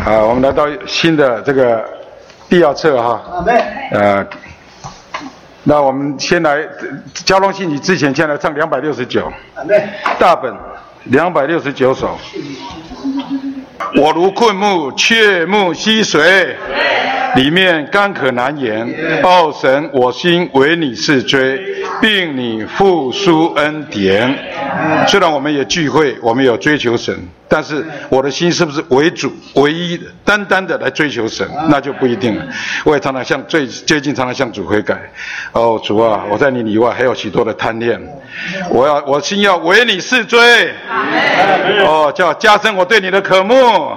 我们来到新的这个第二册哈。那我们先来交通信息之前，先来唱269。大本269首。我如困木，却目溪水，里面干渴难言。哦，神，我心为你是追，并你复苏恩典。虽然我们也聚会，我们有追求神，但是我的心是不是为主、唯一的、单单的来追求神，那就不一定了。我也常常最近常常向主悔改。哦，主啊，我在你以外还有许多的贪恋，我心要为你是追。哦，叫加深我对你的渴慕。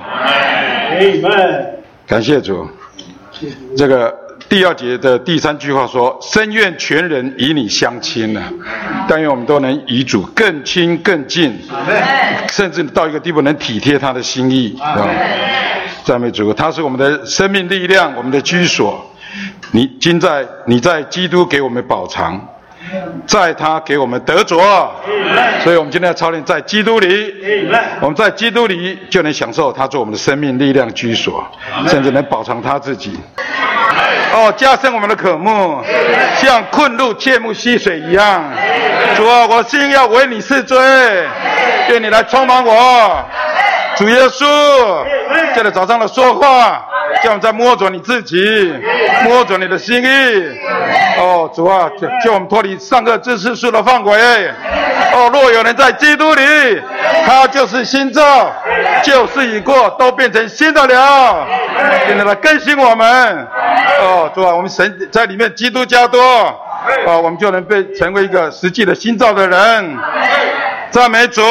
感谢主。这个第2节的第3句话说：深愿全人与你相亲啊！但愿我们都能与主更亲更近，甚至到一个地步能体贴他的心意。赞美主，他是我们的生命力量，我们的居所。你在基督给我们宝藏，在他给我们得着。所以我们今天要操练在基督里，我们在基督里就能享受他做我们的生命力量居所，甚至能保藏他自己。哦，加深我们的渴慕，像困入切慕溪水一样。主啊，我心要为你是追，愿你来充满我。主耶稣，借着早上的说话，叫我们在摸着你自己，摸着你的心意。哦，主啊，救我们脱离善恶知识树的范围。哦，若有人在基督里，他就是新造，旧事已过，都变成新的了。现在来更新我们。哦，主啊，我们神在里面基督加多，我们就能成为一个实际的新造的人。赞美主。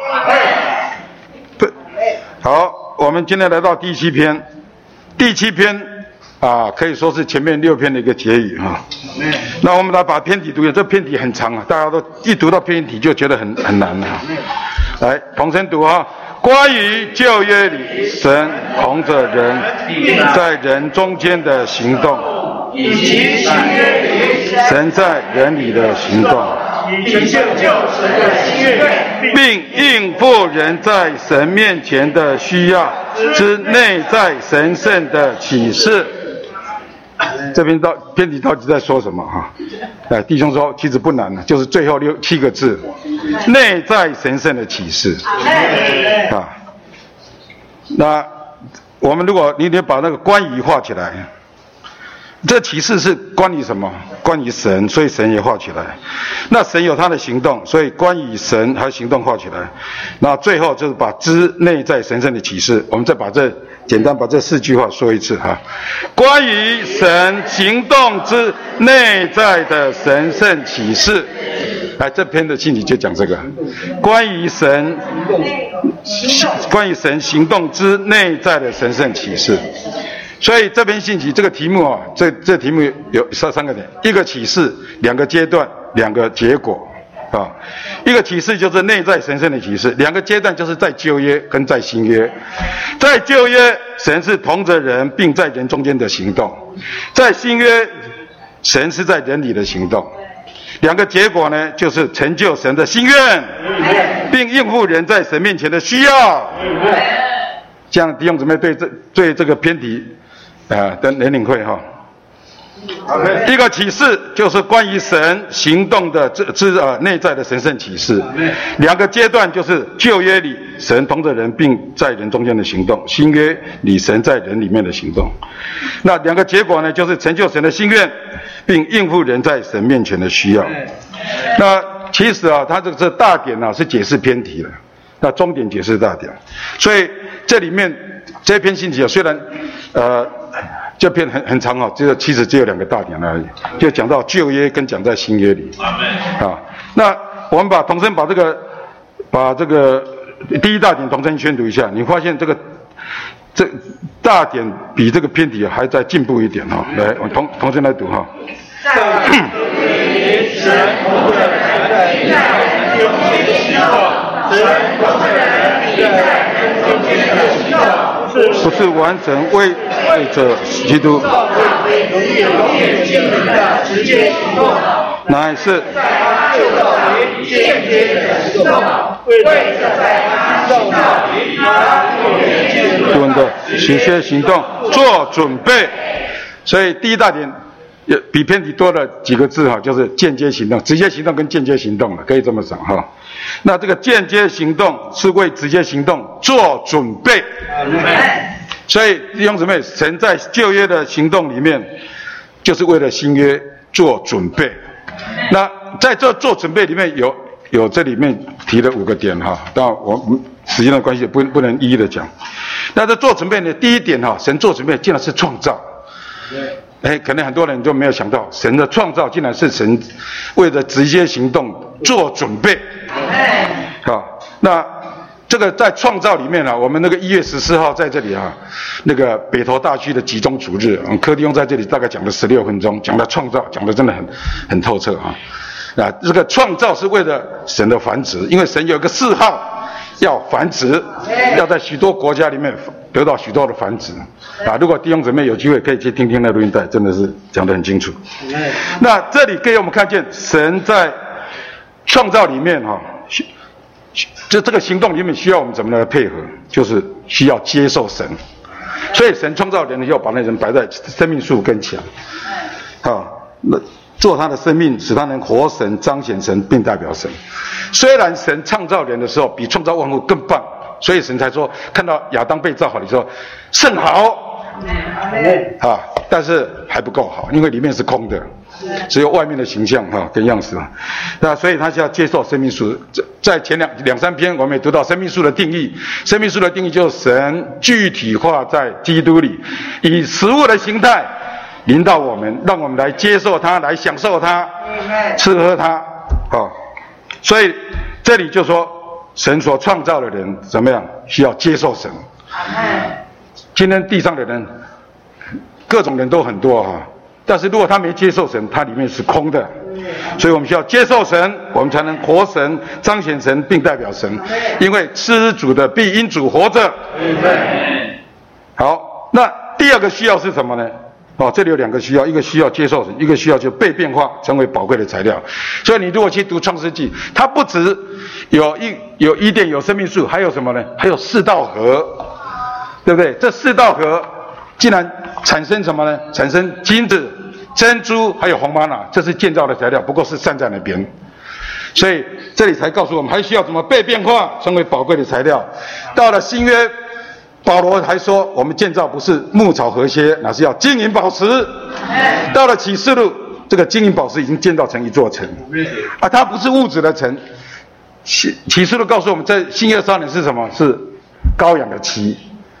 好，我们今天来到第7篇。第7篇可以说是前面6篇的一个结语哈。那我们来把篇题读一下，这篇题很长啊，大家都一读到篇题就觉得很难了。来，同声读哈。关于旧约里神同着人在人中间的行动，以及新约里神在人里的行动，以及救神的心愿，并应付人在神面前的需要之内在神圣的启示。这篇篇题到底在说什么哈？弟兄说其实不难了，就是最后7个字：内在神圣的启示。那我们如果你得把那个关于画起来，这启示是关于什么？关于神，所以神也画起来。那神有他的行动，所以关于神还有行动画起来。那最后就是把之内在神圣的启示，我们再简单把这4句话说一次哈。关于神行动之内在的神圣启示，这篇的信息就讲这个。关于神行动之内在的神圣启示。所以这篇信息这个题目这题目有3个点：一个启示，2个阶段，2个结果。一个启示就是内在神圣的启示，2个阶段就是在旧约跟在新约。在旧约，神是同着人并在人中间的行动；在新约，神是在人里的行动。2个结果呢，就是成就神的心愿，并应付人在神面前的需要。这样弟兄姊妹对这个篇题的能领会哈。一个启示就是关于神行动的内在的神圣启示；2个阶段就是旧约里神同着人并在人中间的行动，新约里神在人里面的行动。那2个结果呢，就是成就神的心愿，并应付人在神面前的需要。那其实它这个大点是解释篇题了，那中点解释大点。所以这里面这篇信息虽然这篇很长其实只有2个大点而已，就讲到旧约跟讲在新约里。那我们同声把这个第1大点同声宣读一下，你发现这大点比这个篇题还在进步一点来，我们同声来读哈。神同着人在人中间的行动，神同着人在人中间的行动。不是完成为着基督，乃是在他救道里间接的行动，为着在他救道里他永远基督的的直接行动做准备。所以第一大点比偏题多了几个字哈，就是间接行动、直接行动跟间接行动了，可以这么讲哈。那这个间接行动是为直接行动做准备。所以弟兄姊妹，神在旧约的行动里面，就是为了新约做准备。那在这做准备里面有这里面提了5个点哈，当然我们时间的关系不能一一的讲。那在做准备呢，第一点哈，神做准备竟然是创造。可能很多人都没有想到，神的创造竟然是神为了直接行动做准备。那这个在创造里面我们那个1月14号在这里那个北投大区的集中主日，柯弟兄在这里大概讲了16分钟，讲的创造，讲的真的很透彻那这个创造是为了神的繁殖，因为神有一个4号要繁殖，要在许多国家里面得到许多的繁殖如果弟兄姊妹有机会可以去听听那录音带，真的是讲得很清楚。那这里给我们看见神在创造里面这个行动里面需要我们怎么来配合，就是需要接受神。所以神创造人以后，把那人摆在生命树跟前那做他的生命，使他能活神、彰显神并代表神。虽然神创造人的时候比创造万物更棒，所以神才说看到亚当被造好的时候甚好但是还不够好，因为里面是空的，只有外面的形象跟样式那所以他就要接受生命树。在前两三篇我们也读到生命树的定义，生命树的定义就是神具体化在基督里，以食物的形态临到我们，让我们来接受它，来享受它，吃喝它所以这里就说神所创造的人怎么样，需要接受神。今天地上的人各种人都很多但是如果他没接受神，他里面是空的。所以我们需要接受神，我们才能活神、彰显神并代表神。因为吃主的必因主活着。好，那第二个需要是什么呢？这里有2个需要，一个需要接受神，一个需要就被变化成为宝贵的材料。所以你如果去读创世纪，它不只有伊甸有生命树，还有什么呢？还有4道河，对不对？这4道河竟然产生什么呢？产生金子、珍珠还有红玛瑙，这是建造的材料，不过是站在那边。所以这里才告诉我们，还需要怎么被变化成为宝贵的材料。到了新约，保罗还说我们建造不是木草和蝎，那是要金银宝石。到了启示录，这个金银宝石已经建造成一座城它不是物质的城。启示录告诉我们，在新耶路撒冷是什么？是羔羊的妻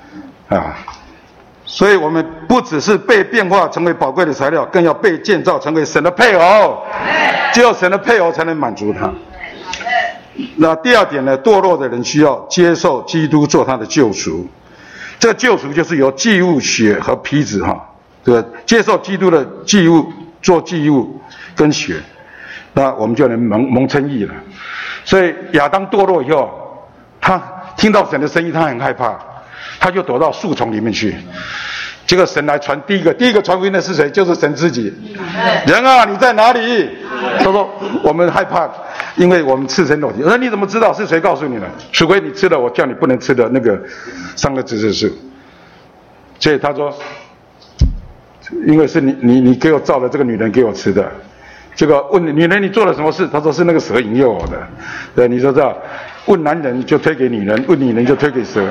所以我们不只是被变化成为宝贵的材料，更要被建造成为神的配偶。只有神的配偶才能满足他。那第二点呢，堕落的人需要接受基督做他的救赎。这个救赎就是由祭物、血和皮子这个接受基督的祭物做祭物跟血，那我们就能蒙称义了。所以亚当堕落以后，他听到神的声音，他很害怕，他就躲到树丛里面去。结果神来传第一个传福音的是谁？就是神自己。人啊，你在哪里？他说我们害怕，因为我们赤身裸体。我说你怎么知道？是谁告诉你的？除非你吃了我叫你不能吃的那个善恶知识树。所以他说，因为是你给我造了这个女人给我吃的。结果问女人你做了什么事？他说是那个蛇引诱我的。对，你说这样，问男人就推给女人，问女人就推给蛇。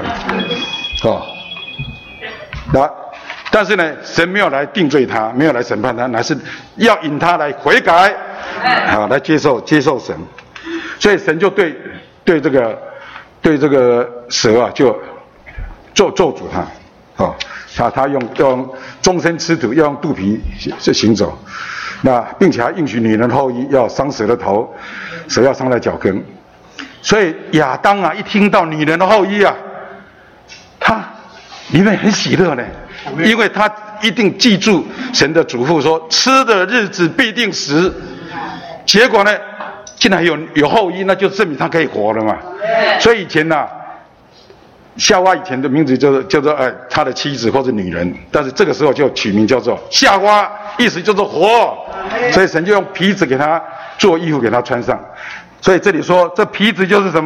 但是呢，神没有来定罪他，没有来审判他，乃是要引他来悔改，来接受神。所以神就对这个蛇就咒诅他，他用终身吃土，要用肚皮行走。那并且还应许女人后裔要伤蛇的头，蛇要伤在脚跟。所以亚当一听到女人的后裔他里面很喜乐呢，因为他一定记住神的嘱咐说吃的日子必定死。结果呢，竟然有后裔，那就证明他可以活了嘛。所以以前夏娃以前的名字叫做他的妻子或者女人，但是这个时候就取名叫做夏娃，意思就是活。所以神就用皮子给他做衣服给他穿上。所以这里说这皮子就是什么？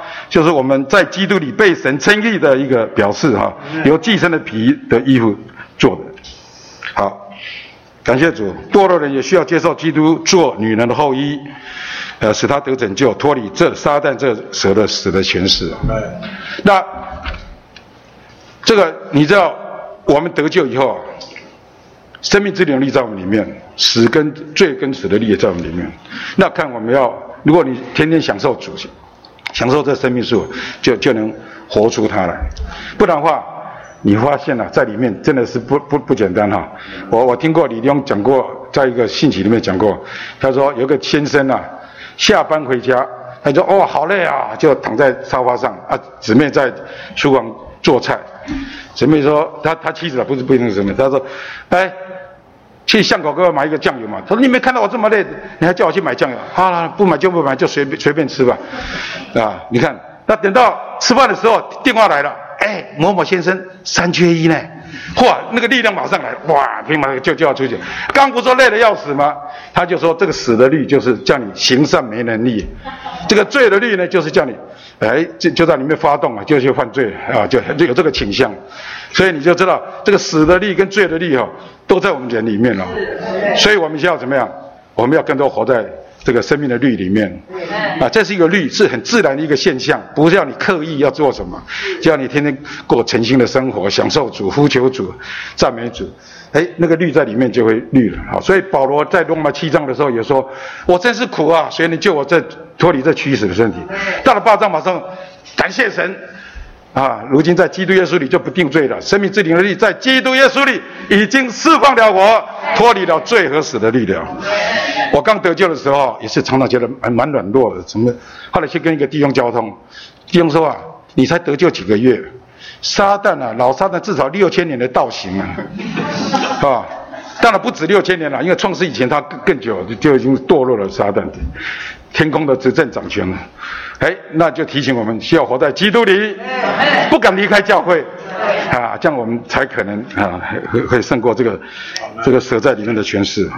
就是我们在基督里被神称义的一个表示哈，由寄生的皮的衣服做的。好，感谢主，堕落人也需要接受基督做女人的后衣，使他得拯救，脱离这撒旦这蛇的死的权势。那这个你知道，我们得救以后啊，生命之灵力在我们里面，死跟罪跟死的力也在我们里面。那看我们要，如果你天天享受主，享受这生命树，就能活出它来。不然的话，你发现了、在里面真的是不简单哈。我听过李弟兄讲过，在一个信息里面讲过，他说有个先生啊，下班回家，他说哦好累啊，就躺在沙发上啊，姊妹在厨房做菜。姊妹说他妻子不一定是姊妹，他说，哎，去巷口给我买一个酱油嘛。他说你没看到我这么累，你还叫我去买酱油？好了，不买就不买，就随便吃吧。啊，你看，那等到吃饭的时候电话来了，哎，某某先生3缺1呢，哇，那个力量马上来，哇，立马就要出去。刚不说累得要死吗？他就说这个死的律就是叫你行善没能力，这个罪的律呢就是叫你。哎，就在里面发动啊，就去犯罪啊，就有这个倾向，所以你就知道这个死的力跟罪的力都在我们人里面了。所以我们需要怎么样？我们要更多活在这个生命的律里面啊，这是一个律，是很自然的一个现象，不是要你刻意要做什么，就要你天天过诚心的生活，享受主，呼求主，赞美主。哎，那个律在里面就会律了。好，所以保罗在罗马7章的时候也说：“我真是苦啊，谁能救我脱离这驱死的身体？”到了8章，马上感谢神啊！如今在基督耶稣里就不定罪了，生命之灵的力在基督耶稣里已经释放了我，脱离了罪和死的力量。我刚得救的时候也是常常觉得蛮软弱的，后来去跟一个弟兄交通，弟兄说啊，你才得救几个月，撒旦啊，老撒旦至少6000年的道行啊，当然不止6000年了，因为创世以前他更久就已经堕落了撒旦，天空的执政掌权了。哎，那就提醒我们需要活在基督里，不敢离开教会啊，这样我们才可能啊会胜过这个蛇在里面的权势。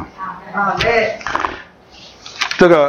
这个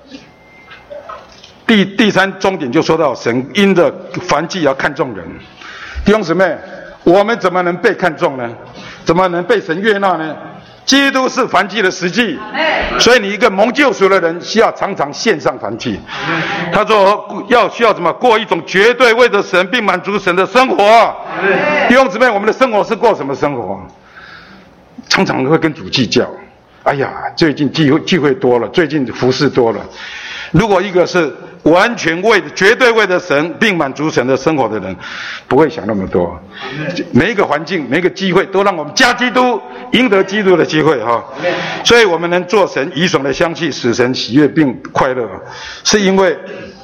第3重点就说到神因着凡祭要看重人。弟兄姊妹，我们怎么能被看重呢？怎么能被神悦纳呢？基督是燔祭的实际，所以你一个蒙救赎的人需要常常献上燔祭。他说需要怎么过一种绝对为着神并满足神的生活。弟兄姊妹，我们的生活是过什么生活？常常会跟主计较。哎呀，最近聚会多了，最近服事多了。如果一个是完全绝对为着神并满足神的生活的人，不会想那么多。每一个环境，每一个机会，都让我们加基督，赢得基督的机会哈。所以我们能做神怡爽的香气，使神喜悦并快乐，是因为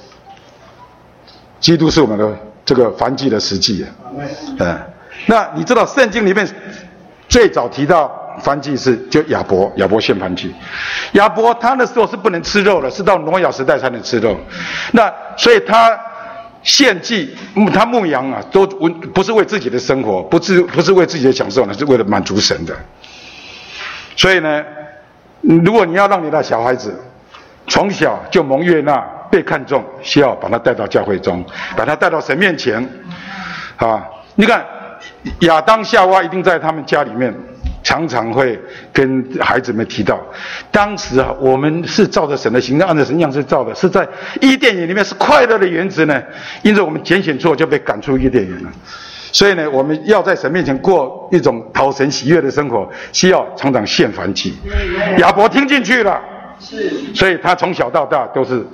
基督是我们的这个燔祭的实际。那你知道圣经里面最早提到燔祭就亚伯献燔祭。亚伯他那时候是不能吃肉的，是到挪亚时代才能吃肉。那所以他献祭，他牧羊啊，都不是为自己的生活，不是为自己的享受呢，是为了满足神的。所以呢，如果你要让你的小孩子从小就蒙悦纳、被看重，需要把他带到教会中，把他带到神面前啊。你看亚当夏娃一定在他们家里面常常会跟孩子们提到，当时啊，我们是照着神的形象，按照神样式造的，是在伊甸园里面是快乐的园子呢。因着我们拣选错，就被赶出伊甸园了。所以呢，我们要在神面前过一种讨神喜悦的生活，需要常常献燔祭。亚伯听进去了，所以他从小到大都是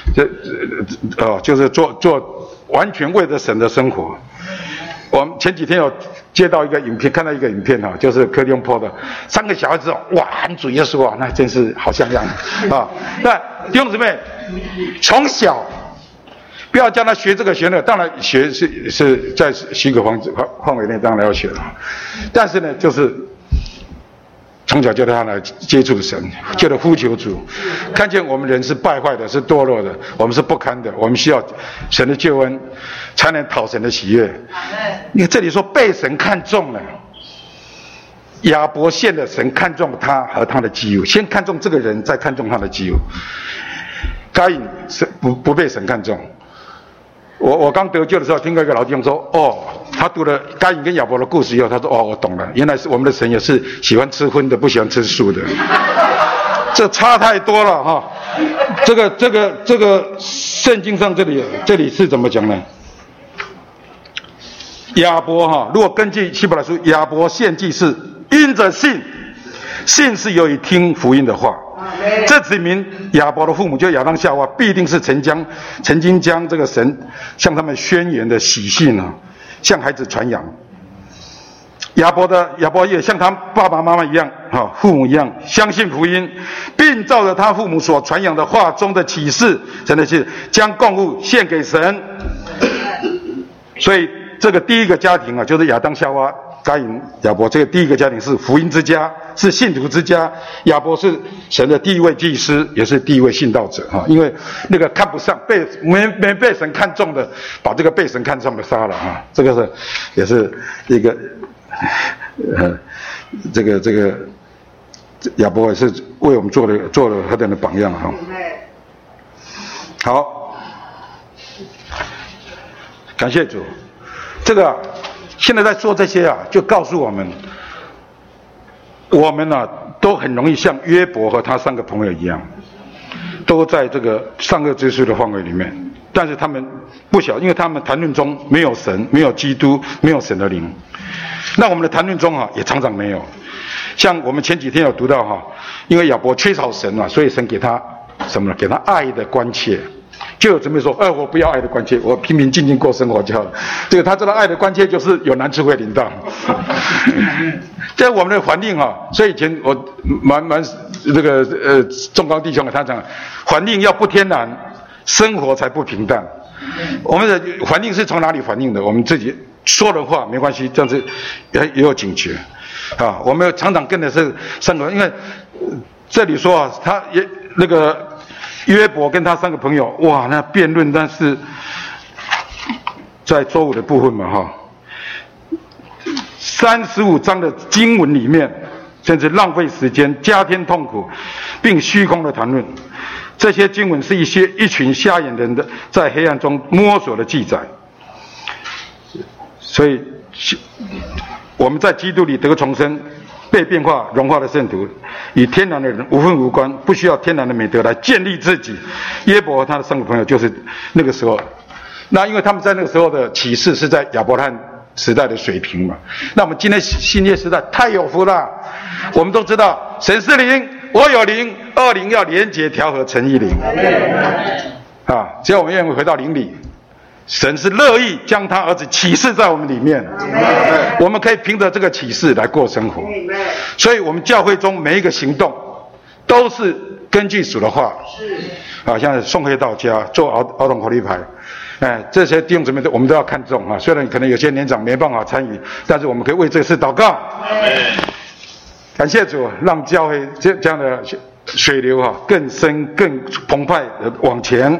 就是做完全为着神的生活。我们前几天有接到一个影片，看到一个影片就是柯林坡的3个小孩子哇喊主耶稣啊，那真是好像样啊。那弟兄姊妹，从小不要叫他学这个学那个，当然学是在许可范围内当然要学了，但是呢，就是从小叫他来接触神，叫他呼求主，看见我们人是败坏的，是堕落的，我们是不堪的，我们需要神的救恩，才能讨神的喜悦。你看这里说被神看中了，亚伯献了神看中他和他的基物，先看中这个人，再看中他的基物。该隐是不被神看中， 我刚得救的时候，听过一个老弟兄说，哦，他读了该隐跟亚伯的故事以后，他说，哦，我懂了，原来是我们的神也是喜欢吃荤的，不喜欢吃素的，这差太多了哈。这个圣经上这里是怎么讲呢？亚伯哈，如果根据希伯来书，亚伯献祭是因着信，信是由于听福音的话。这指明亚伯的父母就亚当夏娃必定是曾经将这个神向他们宣言的喜信啊，向孩子传扬。亚伯也像他爸爸妈妈一样父母一样相信福音，并照着他父母所传扬的话中的启示，真的是将供物献给神。所以这个第一个家庭啊，就是亚当夏娃该隐亚伯，这个第一个家庭是福音之家，是信徒之家。亚伯是神的第一位祭司，也是第一位信道者因为那个看不上没被神看中的，把这个被神看上的杀了这个也是一个这个亚伯也是为我们做了何等的榜样好，感谢主。这个现在在说这些就告诉我们都很容易像约伯和他3个朋友一样，都在这个善恶之树的范围里面，但是他们不晓，因为他们谈论中没有神，没有基督，没有神的灵。那我们的谈论中也常常没有。像我们前几天有读到因为亚伯缺少神所以神给他什么呢？给他爱的关切。就有准备说，我不要爱的关切，我平平静静过生活就好了。这个他知道爱的关切就是有难处会临到。在我们的环境所以以前我蛮这个众高弟兄他讲，环境要不天然，生活才不平淡。我们的环境是从哪里反映的？我们自己说的话没关系，这样子也有警觉我们常常跟的是3个，因为这里说他也那个。约伯跟他3个朋友，哇，那辩论，但是在周5的部分嘛35章的经文里面，甚至浪费时间，加添痛苦，并虚空的谈论。这些经文是一群瞎眼人的在黑暗中摸索的记载。所以我们在基督里得重生，被变化融化的圣徒，与天然的人无分无关，不需要天然的美德来建立自己。约伯和他的3个朋友就是那个时候，那因为他们在那个时候的启示是在亚伯拉罕时代的水平嘛。那我们今天新约时代太有福了，我们都知道神是灵，我有灵，2灵要连结调和成一灵只要我们愿意回到灵里，神是乐意将他儿子启示在我们里面，我们可以凭着这个启示来过生活。所以我们教会中每一个行动都是根据主的话像送回到家，做儿童口立牌，这些弟兄姊妹我们都要看重虽然可能有些年长没办法参与，但是我们可以为这事祷告。感谢主，让教会这样的水流更深更澎湃的往前。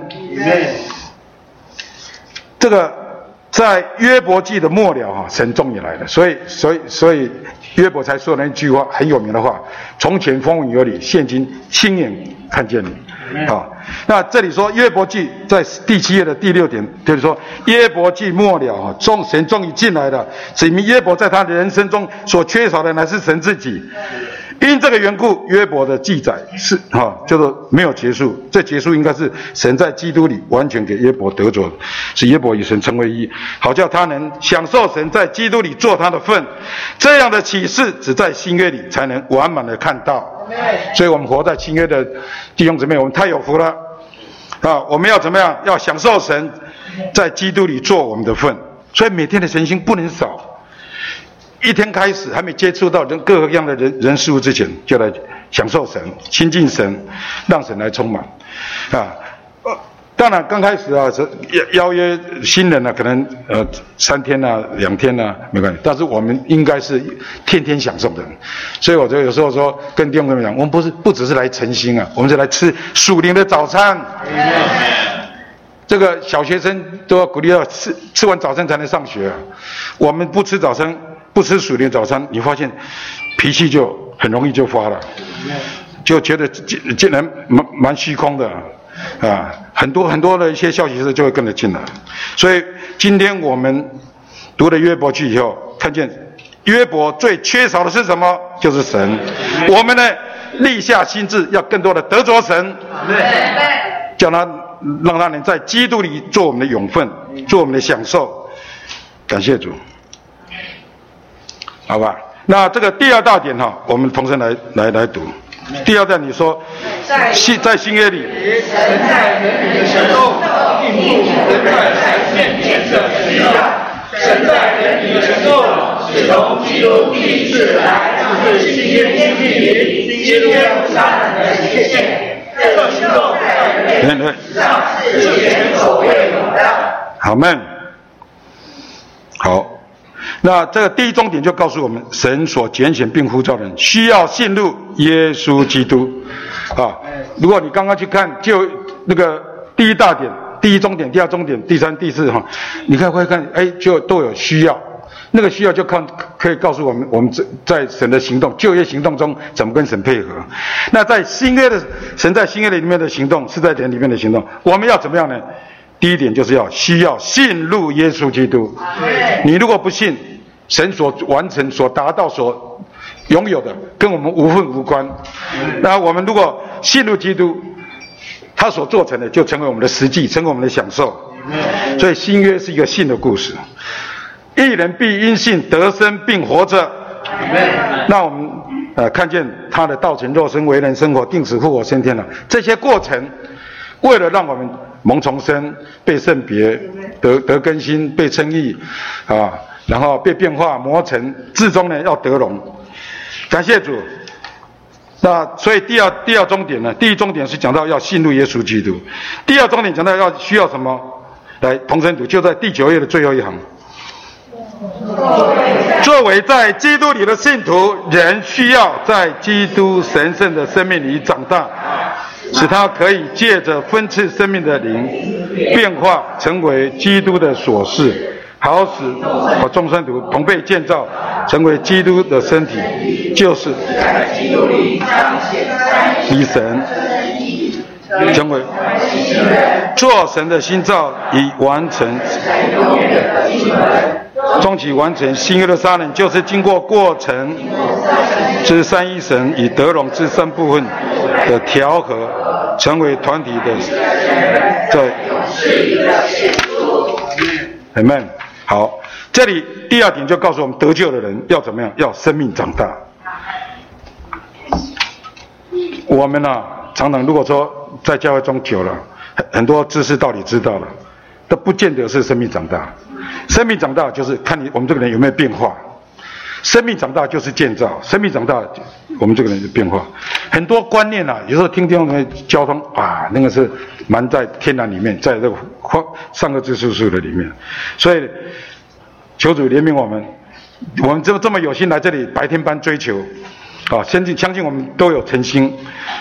这个在约伯记的末了神终于来了，所以约伯才说了那句话很有名的话：从前风闻有你，现今亲眼看见你。那这里说约伯记在第7页的第6点，就是说约伯记末了神终于进来了，指明约伯在他的人生中所缺少的乃是神自己。因这个缘故，约伯的记载是叫做没有结束，这结束应该是神在基督里完全给约伯得着，使约伯与神成为一，好叫他能享受神在基督里做他的份。这样的启示只在新约里才能完满的看到。所以我们活在新约的弟兄姊妹，我们太有福了我们要怎么样？要享受神在基督里做我们的份。所以每天的晨星不能少，一天开始还没接触到各个样的人事物之前，就来享受神，亲近神，让神来充满当然刚开始邀约新人可能3天2天没关系，但是我们应该是天天享受的。所以我就有时候说跟弟兄们讲，我们不只是来晨星我们是来吃属灵的早餐。这个小学生都要鼓励要吃完早餐才能上学我们不吃早餐，不吃属灵早餐，你发现脾气就很容易就发了，就觉得竟然蛮虚空的很多的一些消息是就会跟着进来。所以今天我们读了约伯记以后，看见约伯最缺少的是什么？就是神。我们呢，立下心志，要更多的得着神，叫他让他能在基督里做我们的永分，做我们的享受。感谢主，好吧？那这个第二大点哈，我们同声来读。第二段你说，在新约里，神在人里的行动，并不人在神面前的需要。神在人里的行动，是从基督第一次来，就是新约经历里基督杀人的实现。这个行动在人类上是前所未有的。好们，好。那这个第一重点就告诉我们，神所拣选并呼召的人需要信入耶稣基督啊。如果你刚刚去看，就那个第一大点、第一重点、第二重点、第三、第四哈，你看会看，就都有需要。那个需要就可以告诉我们在神的行动、就业行动中怎么跟神配合。那在新约的神在新约里面的行动，是在人里面的行动，我们要怎么样呢？第一点就是需要信入耶稣基督。你如果不信，神所完成、所达到、所拥有的，跟我们无份无关。那我们如果信入基督，他所做成的就成为我们的实际，成为我们的享受。所以新约是一个信的故事。义人必因信得生并活着。那我们看见他的道成肉身、为人生活、定死复活、升天了，这些过程，为了让我们蒙重生、被圣别、得更新、被称义然后被变化磨成，至终呢要得荣。感谢主。那所以第二重点呢，第一重点是讲到要信入耶稣基督，第二重点讲到需要什么？来，同声读，就在第9页的最后一行。作为在基督里的信徒，人需要在基督神圣的生命里长大，使他可以借着分赐生命的灵变化成为基督的所示，好使众圣徒同被建造成为基督的身体，就是在基督里彰显以神成为做神的新造，以完成终其完成新约的杀人，就是经过程之三一神以得荣之三部分的调和，成为团体的Amen。好，这里第二点就告诉我们，得救的人要怎么样？要生命长大。我们常常如果说在教会中久了，很多知识道理知道了，都不见得是生命长大。生命长大就是看我们这个人有没有变化，生命长大就是建造，生命长大我们这个人的变化。很多观念有时候听弟兄们交通那个是蛮在天然里面，在这个上个知识树的里面。所以求主怜悯我们这么有心来这里白天班追求相信我们都有诚心。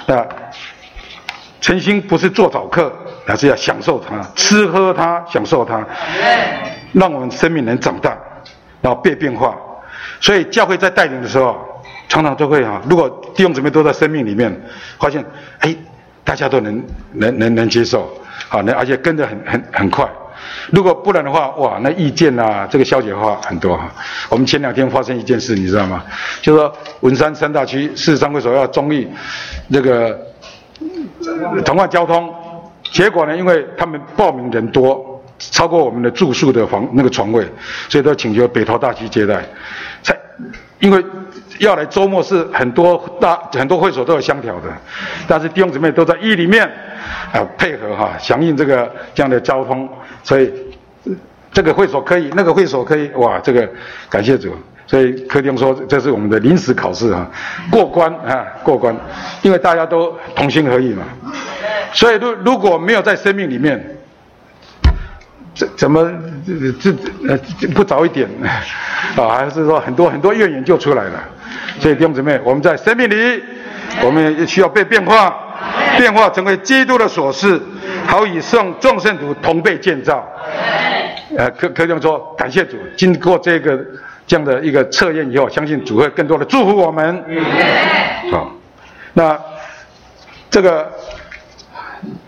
诚心不是做早课，而是要享受它，吃喝它，享受它，让我们生命能长大，然后被变化。所以教会在带领的时候，常常都会如果弟兄姊妹都在生命里面，发现大家都能接受而且跟得很快。如果不然的话，哇，那意见这个消解话很多我们前2天发生一件事，你知道吗？就是说文山3大区43会所要中立这个转换交通，结果呢，因为他们报名人多，超过我们的住宿的那个床位，所以都请求北投大区接待。因为要来周末是很多会所都有相调的，但是弟兄姊妹都在义里面配合响应这样的交通，所以这个会所可以，那个会所可以，哇，这个感谢主。所以柯弟兄说，这是我们的临时考试过关过关，因为大家都同心合意嘛。所以如果没有在生命里面，怎么不早一点还是说很多怨言就出来了。所以弟兄姊妹，我们在生命里，我们也需要被变化成为基督的所示，好与众圣徒同被建造。柯弟兄说，感谢主，经过这样的一个测验以后，相信主会更多的祝福我们。好，那这个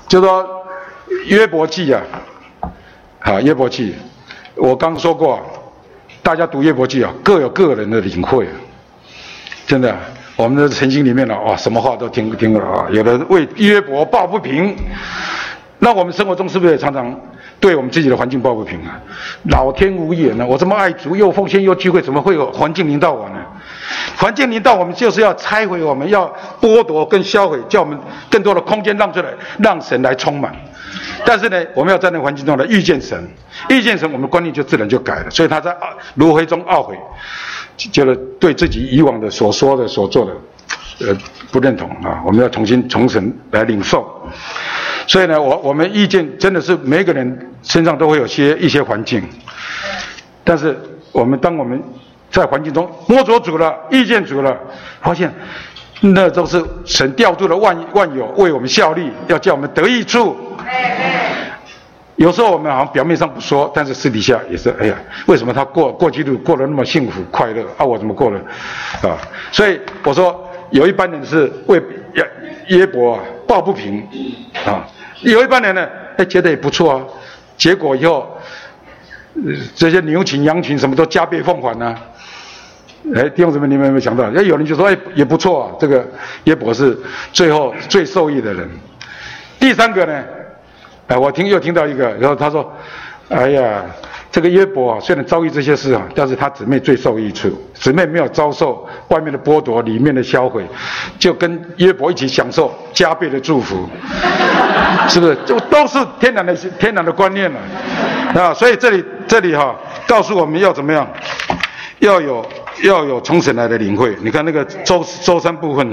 就说约伯记啊，约伯记，我刚说过，大家读约伯记啊，各有个人的领会，真的，我们的诚心里面呢，什么话都听了啊，有的为约伯抱不平，那我们生活中是不是也常常对我们自己的环境抱不平啊？老天无眼呢，我这么爱主，又奉献又聚会，怎么会有环境临到我呢？环境临到我们，就是要拆毁我们，要剥夺跟销毁，叫我们更多的空间让出来，让神来充满。但是呢，我们要在那个环境中来遇见神，遇见神，我们观念就自然就改了。所以他在炉灰中懊悔，就是对自己以往的所说的、所做的，不认同啊。我们要重新从神来领受。所以呢，我们意见真的是每个人身上都会有一些环境，但是当我们在环境中摸着主了，遇见主了，发现那都是神调度的万有为我们效力，要叫我们得益处。有时候我们好像表面上不说，但是私底下也是，哎呀，为什么他过基督过得那么幸福快乐啊？我怎么过了啊？所以我说，有一般人是为约伯抱不平啊，有一般人呢，觉得也不错啊，结果以后，这些牛群羊群什么都加倍奉还啊。弟兄姊妹，你们有没有想到？有人就说，也不错啊，这个约伯是最后最受益的人。第三个呢，我又听到一个，然后他说，哎呀，这个约伯啊，虽然遭遇这些事啊，但是他姊妹最受益处，姊妹没有遭受外面的剥夺，里面的销毁，就跟约伯一起享受加倍的祝福，是不是？就都是天然的观念了啊！所以这里告诉我们要怎么样，要有从神来的领会。你看那个周三部分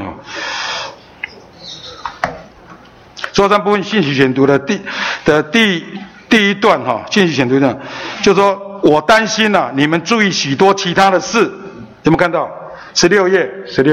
周三部分信息选读的第一段信息选读呢，就说我担心你们注意许多其他的事，有没有看到？16页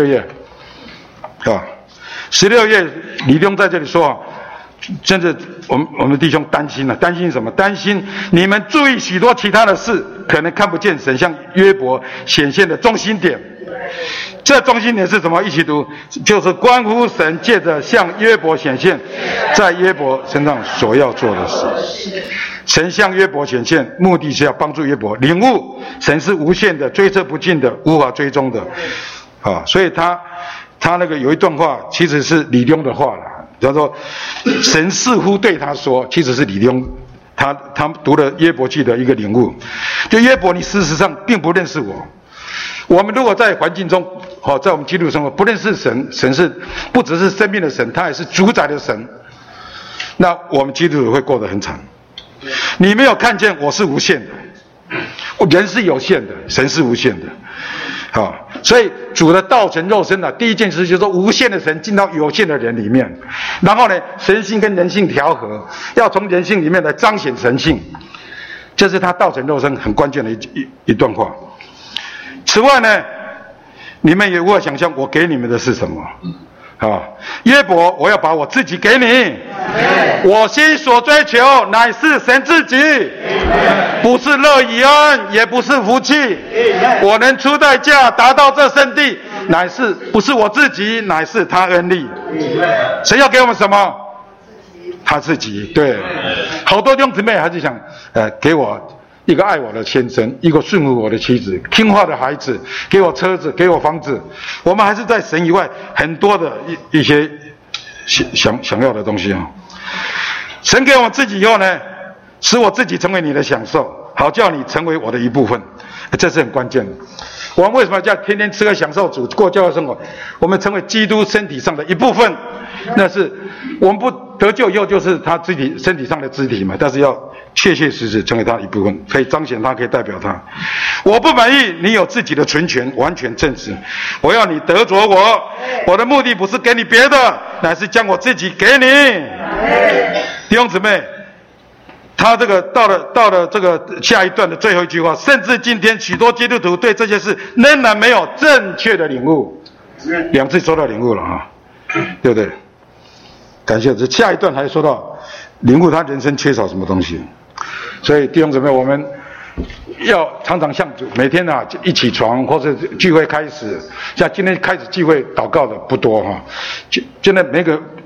16页李东在这里说真的，我们弟兄担心担心什么？担心你们注意许多其他的事，可能看不见神向约伯显现的中心点。这中心点是什么？一起读，就是关乎神借着向约伯显现，在约伯身上所要做的事。神向约伯显现，目的是要帮助约伯领悟神是无限的、追测不尽的、无法追踪的所以他那个有一段话，其实是李东的话了。他说，神似乎对他说，其实是李东他读了约伯记的一个领悟，就约伯，你事实上并不认识我。我们如果在环境中，在我们基督生活不认识神，神是不只是生命的神，他也是主宰的神，那我们基督徒会过得很惨。你没有看见我是无限的，人是有限的，神是无限的。所以主的道成肉身第一件事就是说，无限的神进到有限的人里面，然后呢，神性跟人性调和，要从人性里面来彰显神性，这是他道成肉身很关键的一段话。此外呢，你们也无法想象我给你们的是什么约伯，我要把我自己给你，我心所追求乃是神自己，不是乐以恩，也不是福气，我能出代价达到这圣地，不是我自己，乃是他恩力。神要给我们什么？他自己。对，好多弟兄姊妹还是想给我一个爱我的先生，一个顺服我的妻子，听话的孩子，给我车子，给我房子。我们还是在神以外很多的一些想要的东西神给我自己以后呢，使我自己成为你的享受，好叫你成为我的一部分，这是很关键的。我们为什么叫天天吃喝享受主过教会生活？我们成为基督身体上的一部分，那是我们不得救以后就是他自己身体上的肢体嘛，但是要确确实实成为他的一部分，可以彰显他，可以代表他。我不满意你有自己的存权，完全正直，我要你得着我的目的不是给你别的，乃是将我自己给你。弟兄姊妹，他这个到了这个下一段的最后一句话，甚至今天许多基督徒对这些事仍然没有正确的领悟。2次说到领悟了对不对？感谢主，下一段还说到领悟他人生缺少什么东西。所以弟兄姊妹，我们要常常向主，每天一起床或者聚会开始，像今天开始聚会祷告的不多现在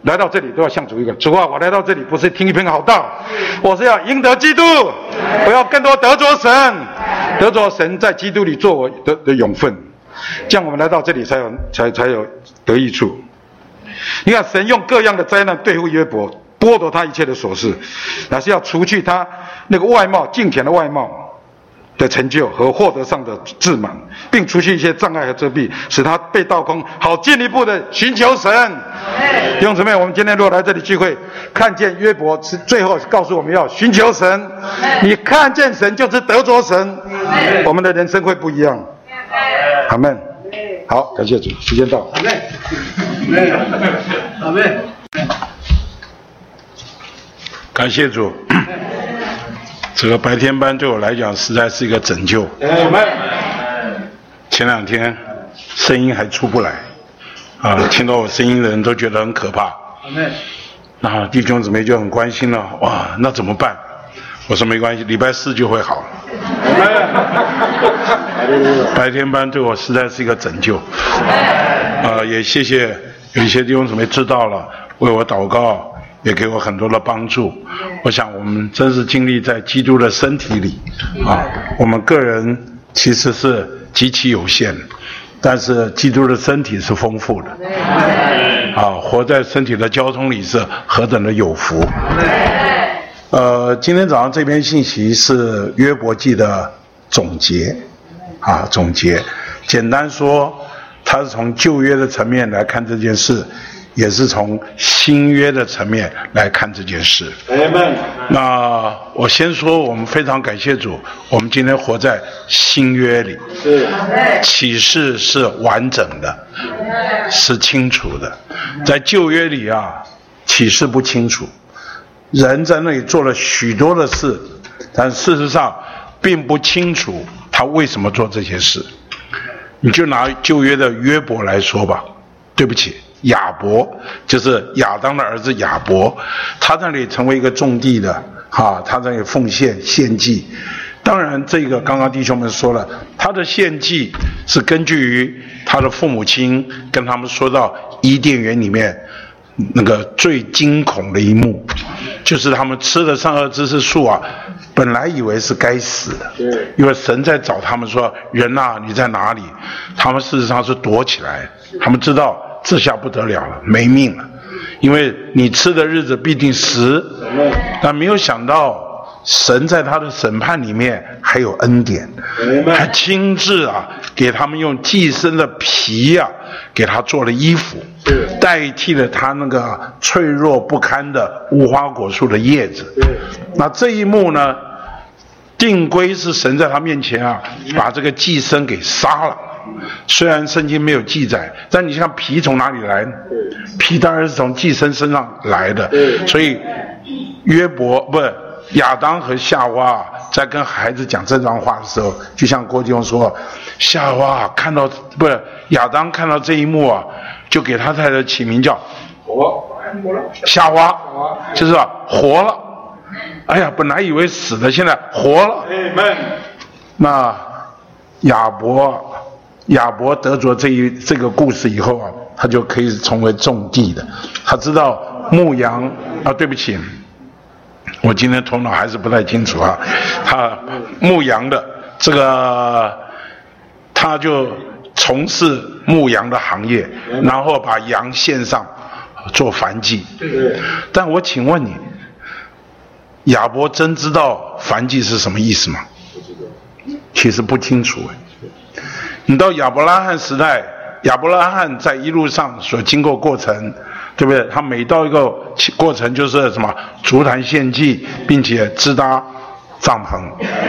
来到这里都要向主一个主啊，我来到这里不是听一篇好道，我是要赢得基督，我要更多得着神，得着神在基督里做我的永分，这样我们来到这里才有得益处。你看神用各样的灾难对付约伯，剥夺他一切的所事，乃是要除去他那个外貌敬虔的外貌的成就和获得上的自满，并除去一些障碍和遮蔽，使他被倒空，好进一步的寻求神。弟兄姊妹，我们今天如果来这里聚会，看见约伯最后告诉我们要寻求神，你看见神就是得着神，我们的人生会不一样。阿们。好，感谢主，时间到。阿们。阿们。感谢主。这个白天班对我来讲实在是一个拯救。前2天声音还出不来，听到我声音的人都觉得很可怕。那弟兄姊妹就很关心了，哇，那怎么办？我说没关系，礼拜4就会好。白天班对我实在是一个拯救。也谢谢有一些弟兄姊妹知道了，为我祷告。也给我很多的帮助。我想我们真是经历在基督的身体里我们个人其实是极其有限，但是基督的身体是丰富的活在身体的交通里是何等的有福。今天早上这篇信息是约伯记的总结总结，简单说它是从旧约的层面来看这件事，也是从新约的层面来看这件事。那我先说，我们非常感谢主，我们今天活在新约里，启示是完整的，是清楚的。在旧约里启示不清楚，人在那里做了许多的事，但事实上并不清楚他为什么做这些事。你就拿旧约的约伯来说吧，对不起，亚伯就是亚当的儿子亚伯，他在那里成为一个种地的他在那里奉献献祭。当然这个刚刚弟兄们说了，他的献祭是根据于他的父母亲跟他们说到伊甸园里面那个最惊恐的一幕，就是他们吃了善恶知识树本来以为是该死的，因为神在找他们说，人你在哪里？他们事实上是躲起来，他们知道这下不得了了，没命了，因为你吃的日子必定死。但没有想到神在他的审判里面还有恩典，还亲自给他们用寄生的皮给他做了衣服，代替了他那个脆弱不堪的无花果树的叶子。那这一幕呢，定规是神在他面前把这个寄生给杀了。虽然圣经没有记载，但你看皮从哪里来？皮当然是从寄生身上来的。所以亚当和夏娃在跟孩子讲这段话的时候，就像郭弟兄说，亚当看到这一幕就给他太太起名叫夏娃，就是活了。哎呀，本来以为死的，现在活了。那亚伯得着这个故事以后他就可以成为种地的。他知道牧羊对不起，我今天头脑还是不太清楚他牧羊的这个，他就从事牧羊的行业，然后把羊献上做燔祭。但我请问你，亚伯真知道燔祭是什么意思吗？其实不清楚。你到亚伯拉罕时代，亚伯拉罕在一路上所经过过程，对不对？他每到一个过程就是什么？筑坛献祭，并且支搭帐篷。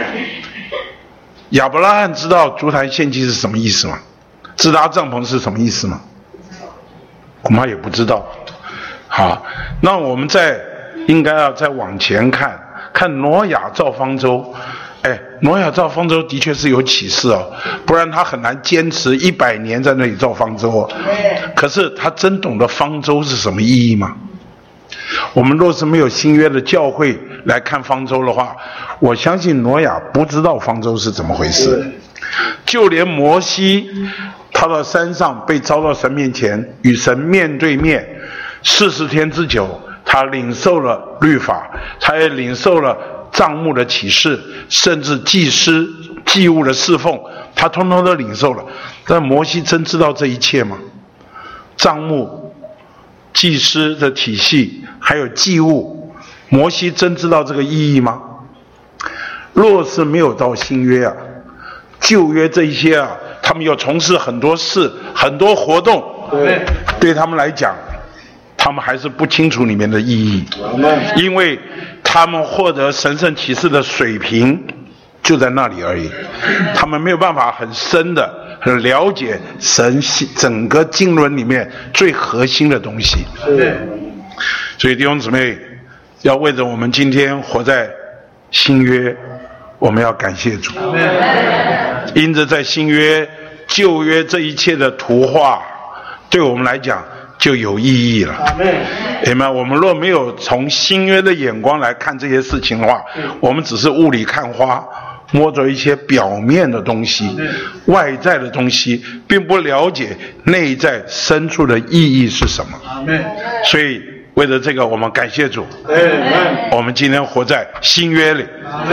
亚伯拉罕知道筑坛献祭是什么意思吗？支搭帐篷是什么意思吗？恐怕也不知道。好，那我们应该要再往前看挪亚造方舟。挪亚造方舟的确是有启示不然他很难坚持100年在那里造方舟可是他真懂得方舟是什么意义吗？我们若是没有新约的教会来看方舟的话，我相信挪亚不知道方舟是怎么回事。就连摩西他到山上被招到神面前，与神面对面， 40天之久，他领受了律法，他也领受了帐幕的启示，甚至祭司祭物的侍奉，他通通都领受了。但摩西真知道这一切吗？帐幕、祭司的体系，还有祭物，摩西真知道这个意义吗？若是没有到新约啊，旧约这一些啊，他们要从事很多事、很多活动，对他们来讲，他们还是不清楚里面的意义，因为他们获得神圣启示的水平就在那里而已，他们没有办法很深的、很了解神整个经纶里面最核心的东西。所以弟兄姊妹，要为着我们今天活在新约，我们要感谢主，因着在新约、旧约这一切的图画，对我们来讲就有意义了。阿们。我们若没有从新约的眼光来看这些事情的话，我们只是雾里看花，摸着一些表面的东西、外在的东西，并不了解内在深处的意义是什么。所以为了这个，我们感谢主，我们今天活在新约里。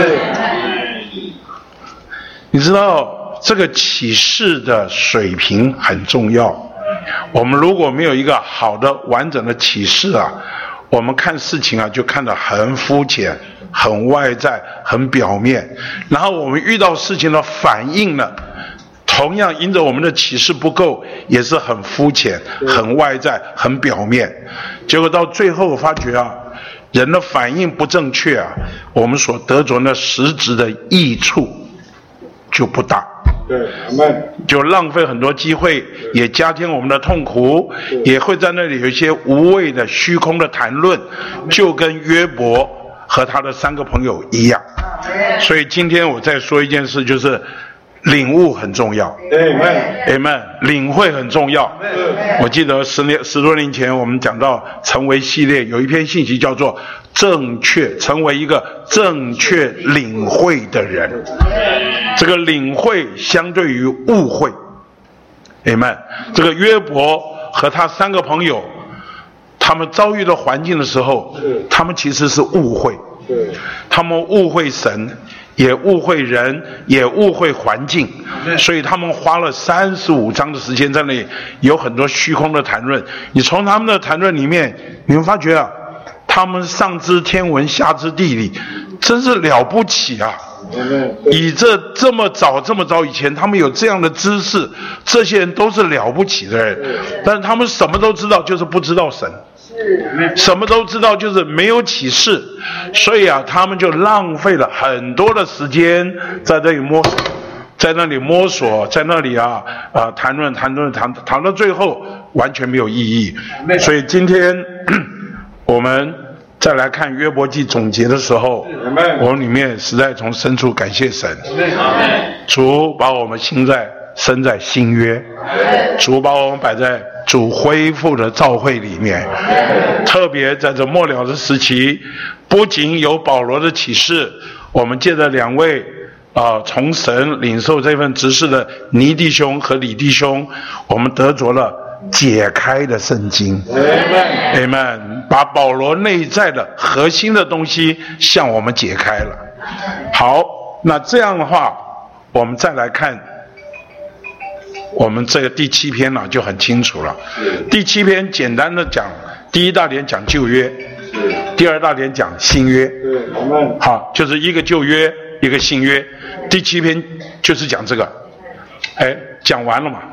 你知道这个启示的水平很重要，我们如果没有一个好的完整的启示啊，我们看事情啊就看得很肤浅、很外在、很表面，然后我们遇到事情的反应呢，同样因着我们的启示不够，也是很肤浅、很外在、很表面，结果到最后我发觉啊，人的反应不正确啊，我们所得着的实质的益处就不大，就浪费很多机会，也加添我们的痛苦，也会在那里有一些无谓的虚空的谈论，就跟约伯和他的3个朋友一样。所以今天我再说一件事，就是领悟很重要。Amen。领会很重要。我记得10多年前我们讲到成为系列，有一篇信息叫做正确，成为一个正确领会的人。这个领会相对于误会。Amen。这个约伯和他3个朋友，他们遭遇的环境的时候，他们其实是误会。他们误会神，也误会人，也误会环境，所以他们花了35章的时间在那里有很多虚空的谈论。你从他们的谈论里面，你会发觉啊，他们上知天文下知地理，真是了不起啊！以这么早以前，他们有这样的知识，这些人都是了不起的人，但是他们什么都知道，就是不知道神。什么都知道，就是没有启示，所以啊，他们就浪费了很多的时间在这里摸索，在那里谈到最后完全没有意义。所以今天我们再来看约伯记总结的时候，我们里面实在从深处感谢神，主把我们生在新约，主把我们摆在主恢复的召会里面，特别在这末了的时期，不仅有保罗的启示，我们借着2位从神领受这份职事的尼弟兄和李弟兄，我们得着了解开的圣经。Amen。把保罗内在的核心的东西向我们解开了。好，那这样的话，我们再来看我们这个第7篇呢，就很清楚了。第7篇简单的讲，第1大点讲旧约，第2大点讲新约。好，就是一个旧约，一个新约。第7篇就是讲这个。讲完了嘛？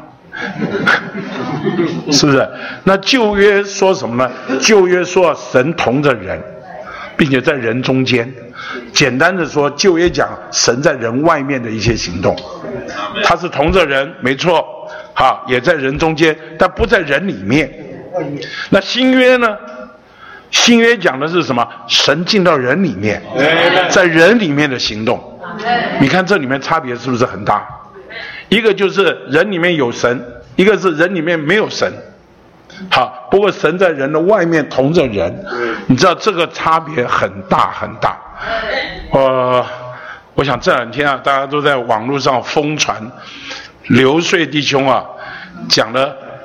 是不是？那旧约说什么呢？旧约说神同着人，并且在人中间。简单的说，旧约讲神在人外面的一些行动，他是同着人，没错，也在人中间，但不在人里面。那新约呢？新约讲的是什么？神进到人里面，在人里面的行动。你看这里面差别是不是很大？一个就是人里面有神，一个是人里面没有神。好，不过神在人的外面同着人，你知道这个差别很大很大。我想这2天啊，大家都在网络上疯传刘穗弟兄啊讲的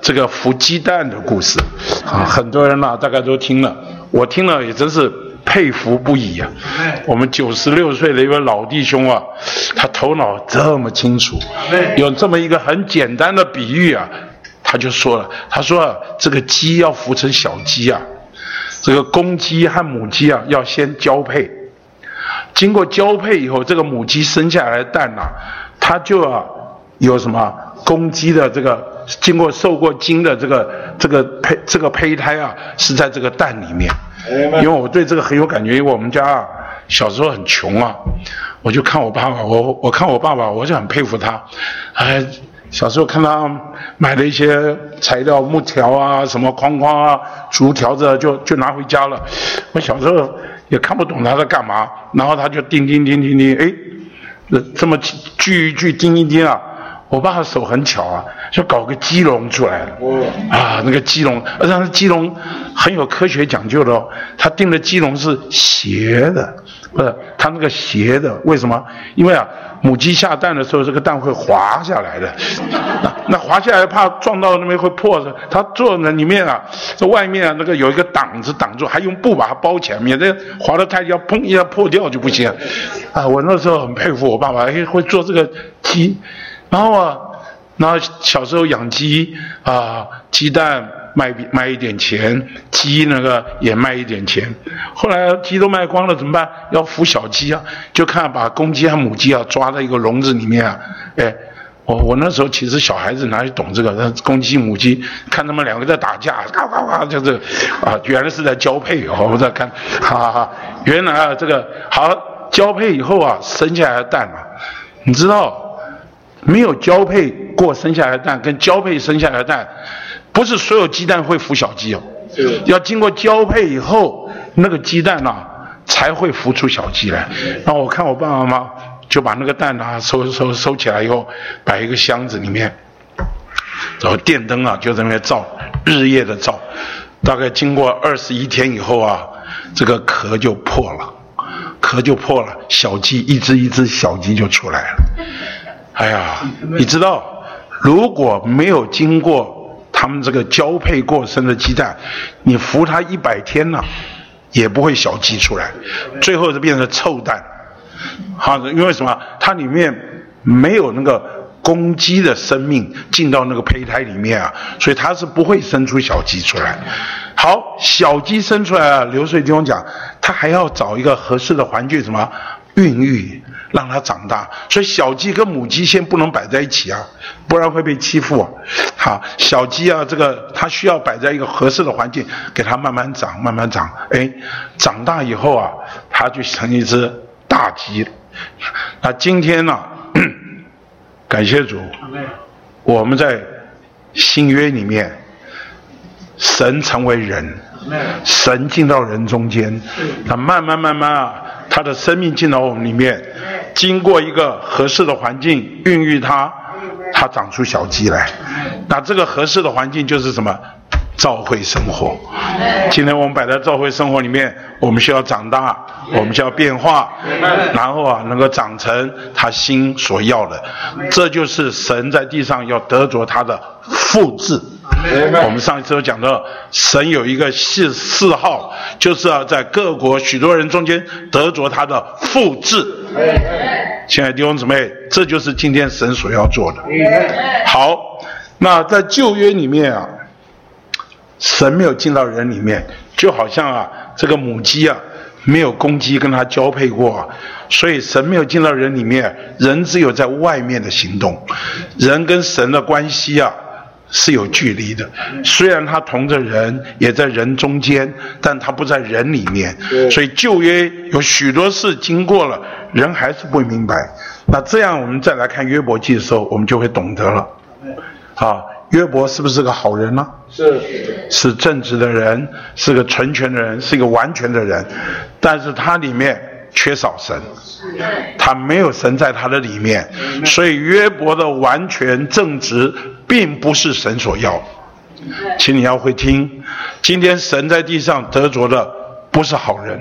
这个孵鸡蛋的故事啊，很多人大概都听了，我听了也真是佩服不已啊。我们96岁的一位老弟兄啊，他头脑这么清楚，有这么一个很简单的比喻啊，他就说了，他说这个鸡要孵成小鸡啊，这个公鸡和母鸡啊要先交配，经过交配以后，这个母鸡生下来的蛋啊，它就有什么公鸡的这个经过受过精的这个胚胎啊，是在这个蛋里面。因为我对这个很有感觉，因为我们家小时候很穷啊，我就看我爸爸，我看我爸爸，我就很佩服他。小时候看他买了一些材料，木条啊，什么框框啊，竹条子就拿回家了。我小时候也看不懂他在干嘛，然后他就钉，哎，这么锯一锯，钉一钉啊。我爸的手很巧啊，就搞个鸡笼出来了。那个鸡笼，而且那鸡笼很有科学讲究的哦。他钉的鸡笼是斜的，他那个斜的，为什么？因为母鸡下蛋的时候，这个蛋会滑下来的。那滑下来怕撞到那边会破的，他做的里面这外面那个有一个挡子挡住，还用布把它包起来，免得滑得太要砰一下破掉就不行。我那时候很佩服我爸爸，会做这个鸡。然后小时候养鸡鸡蛋卖一点钱，鸡那个也卖一点钱。后来鸡都卖光了怎么办？要孵小鸡啊，就看把公鸡和母鸡抓在一个笼子里面我那时候其实小孩子哪里懂这个？公鸡母鸡看他们两个在打架，就是原来是在交配我在看，原来这个好交配以后生下来的蛋你知道？没有交配过生下来的蛋跟交配生下来的蛋，不是所有鸡蛋会孵小鸡要经过交配以后，那个鸡蛋才会孵出小鸡来。然后我看我爸爸妈妈就把那个蛋收起来以后，摆一个箱子里面，然后电灯就在那边照，日夜的照，大概经过21天以后这个壳就破了，小鸡一只小鸡就出来了。你知道，如果没有经过他们这个交配过生的鸡蛋，你孵它100天也不会小鸡出来，最后就变成臭蛋。因为什么？它里面没有那个公鸡的生命进到那个胚胎里面所以它是不会生出小鸡出来。好，小鸡生出来刘水弟兄讲，它还要找一个合适的环境，什么孕育，让它长大。所以小鸡跟母鸡先不能摆在一起不然会被欺负好，小鸡这个它需要摆在一个合适的环境，给它慢慢长，长大以后它就成一只大鸡了。那今天感谢主，我们在新约里面，神成为人，神进到人中间，他慢慢他的生命进到我们里面，经过一个合适的环境孕育它长出小鸡来。那这个合适的环境就是什么？教会生活。今天我们摆在教会生活里面，我们需要长大，我们需要变化，然后能够长成他心所要的。这就是神在地上要得着他的复制。我们上一次有讲到，神有一个嗜好，就是要在各国许多人中间得着他的复制。亲爱的弟兄姊妹，这就是今天神所要做的。好，那在旧约里面神没有进到人里面，就好像这个母鸡没有公鸡跟它交配过所以神没有进到人里面，人只有在外面的行动。人跟神的关系是有距离的，虽然他同着人，也在人中间，但他不在人里面。所以旧约有许多事经过了，人还是不明白。那这样我们再来看约伯记的时候，我们就会懂得了。约伯是不是个好人呢？是正直的人，是个纯全的人，是一个完全的人，但是他里面缺少神，他没有神在他的里面，所以约伯的完全正直并不是神所要。请你要会听，今天神在地上得着的不是好人，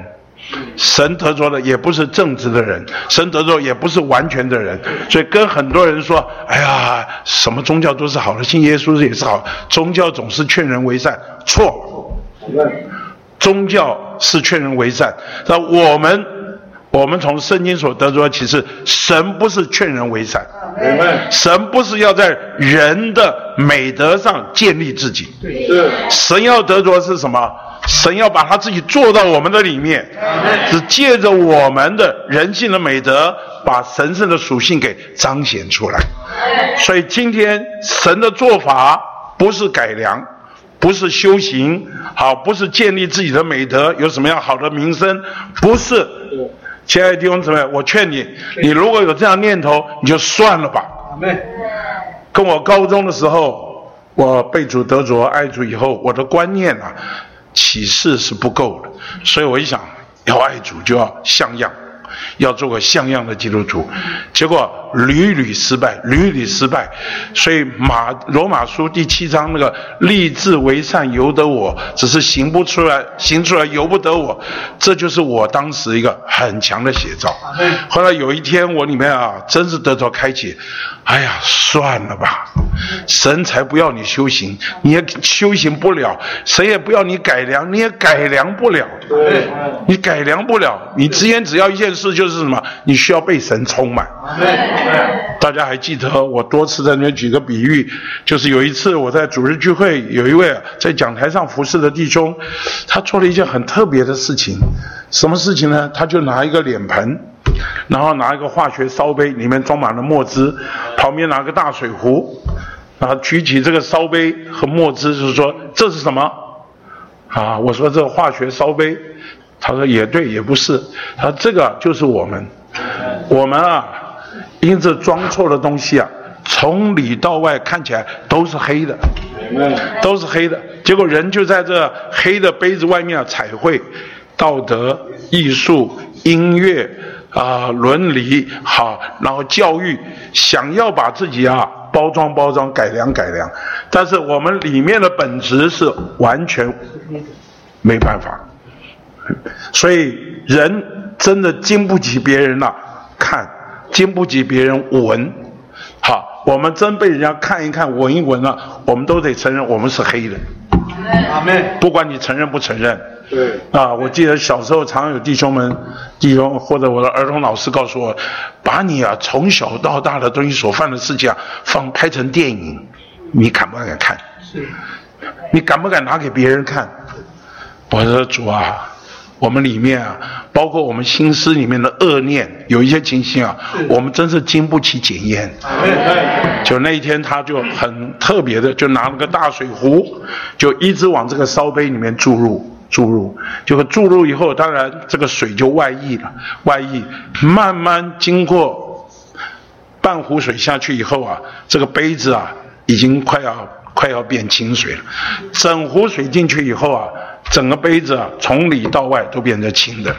神得着的也不是正直的人，神得着也不是完全的人。所以跟很多人说，哎呀，什么宗教都是好的，信耶稣也是好，宗教总是劝人为善，错。宗教是劝人为善，那我们从圣经所得着的启示，神不是劝人为善，神不是要在人的美德上建立自己，神要得着的是什么？神要把他自己做到我们的里面，是借着我们的人性的美德，把神圣的属性给彰显出来。所以今天神的做法不是改良，不是修行，好，不是建立自己的美德，有什么样好的名声，不是。亲爱的弟兄姊妹，我劝你，你如果有这样念头，你就算了吧。跟我高中的时候，我被主得着爱主以后，我的观念啊，启示是不够的，所以我一想，要爱主就要像样，要做个像样的基督徒，结果屡屡失败。所以罗马书第7章那个立志为善由得我，只是行出来由不得我，这就是我当时一个很强的写照。后来有一天我里面啊，真是得着开启，哎呀，算了吧，神才不要你修行，你也修行不了，神也不要你改良，你也改良不了，你改良不了，你只要一件事，就是什么？你需要被神充满。大家还记得我多次在那边举个比喻，就是有一次我在主日聚会，有一位在讲台上服侍的弟兄，他做了一件很特别的事情。什么事情呢？他就拿一个脸盆，然后拿一个化学烧杯，里面装满了墨汁，旁边拿个大水壶，然后举起这个烧杯和墨汁，就是说这是什么啊？我说这个化学烧杯。他说也对，也不是。他说这个就是我们啊，因这装错的东西啊，从里到外看起来都是黑的，结果人就在这黑的杯子外面彩绘道德、艺术、音乐伦理，好，然后教育，想要把自己啊包装、改良，但是我们里面的本质是完全没办法。所以人真的经不起别人看，经不起别人闻。好，我们真被人家看一看、闻一闻了，我们都得承认我们是黑的。阿们。不管你承认不承认。对。我记得小时候常有弟兄或者我的儿童老师告诉我，把你从小到大的东西所犯的事情拍成电影，你敢不敢看？是。你敢不敢拿给别人看？我说主啊。我们里面包括我们心思里面的恶念，有一些情形我们真是经不起检验。就那一天，他就很特别的，就拿了个大水壶，就一直往这个烧杯里面注入，结果注入以后，当然这个水就外溢，慢慢经过半壶水下去以后这个杯子已经快要变清水了。整壶水进去以后整个杯子从里到外都变成清的。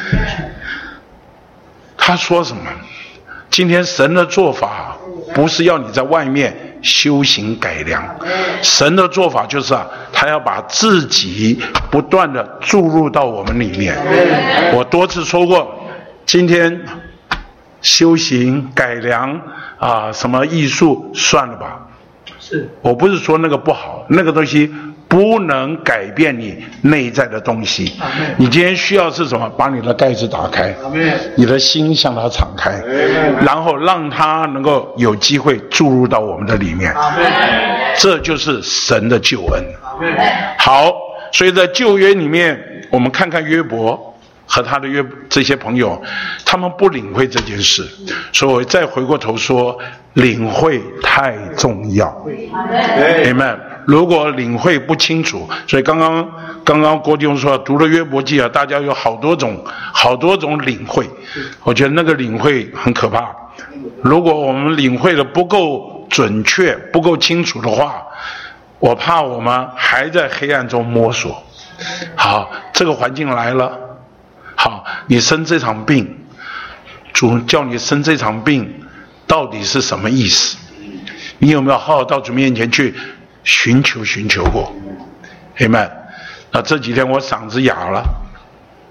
他说什么？今天神的做法不是要你在外面修行改良，神的做法就是他要把自己不断的注入到我们里面。我多次说过，今天修行改良什么艺术算了吧。是，我不是说那个不好，那个东西不能改变你内在的东西。你今天需要是什么？把你的盖子打开，你的心向它敞开，然后让它能够有机会注入到我们的里面。这就是神的救恩。好，所以在旧约里面，我们看看约伯和他的这些朋友，他们不领会这件事，所以我再回过头说，领会太重要。Amen。如果领会不清楚，所以刚刚郭弟兄说读了约伯记大家有好多种领会，我觉得那个领会很可怕。如果我们领会的不够准确、不够清楚的话，我怕我们还在黑暗中摸索。好，这个环境来了。好，你生这场病，主叫你生这场病，到底是什么意思？你有没有好好到主面前去寻求过？Amen。那这几天我嗓子哑了，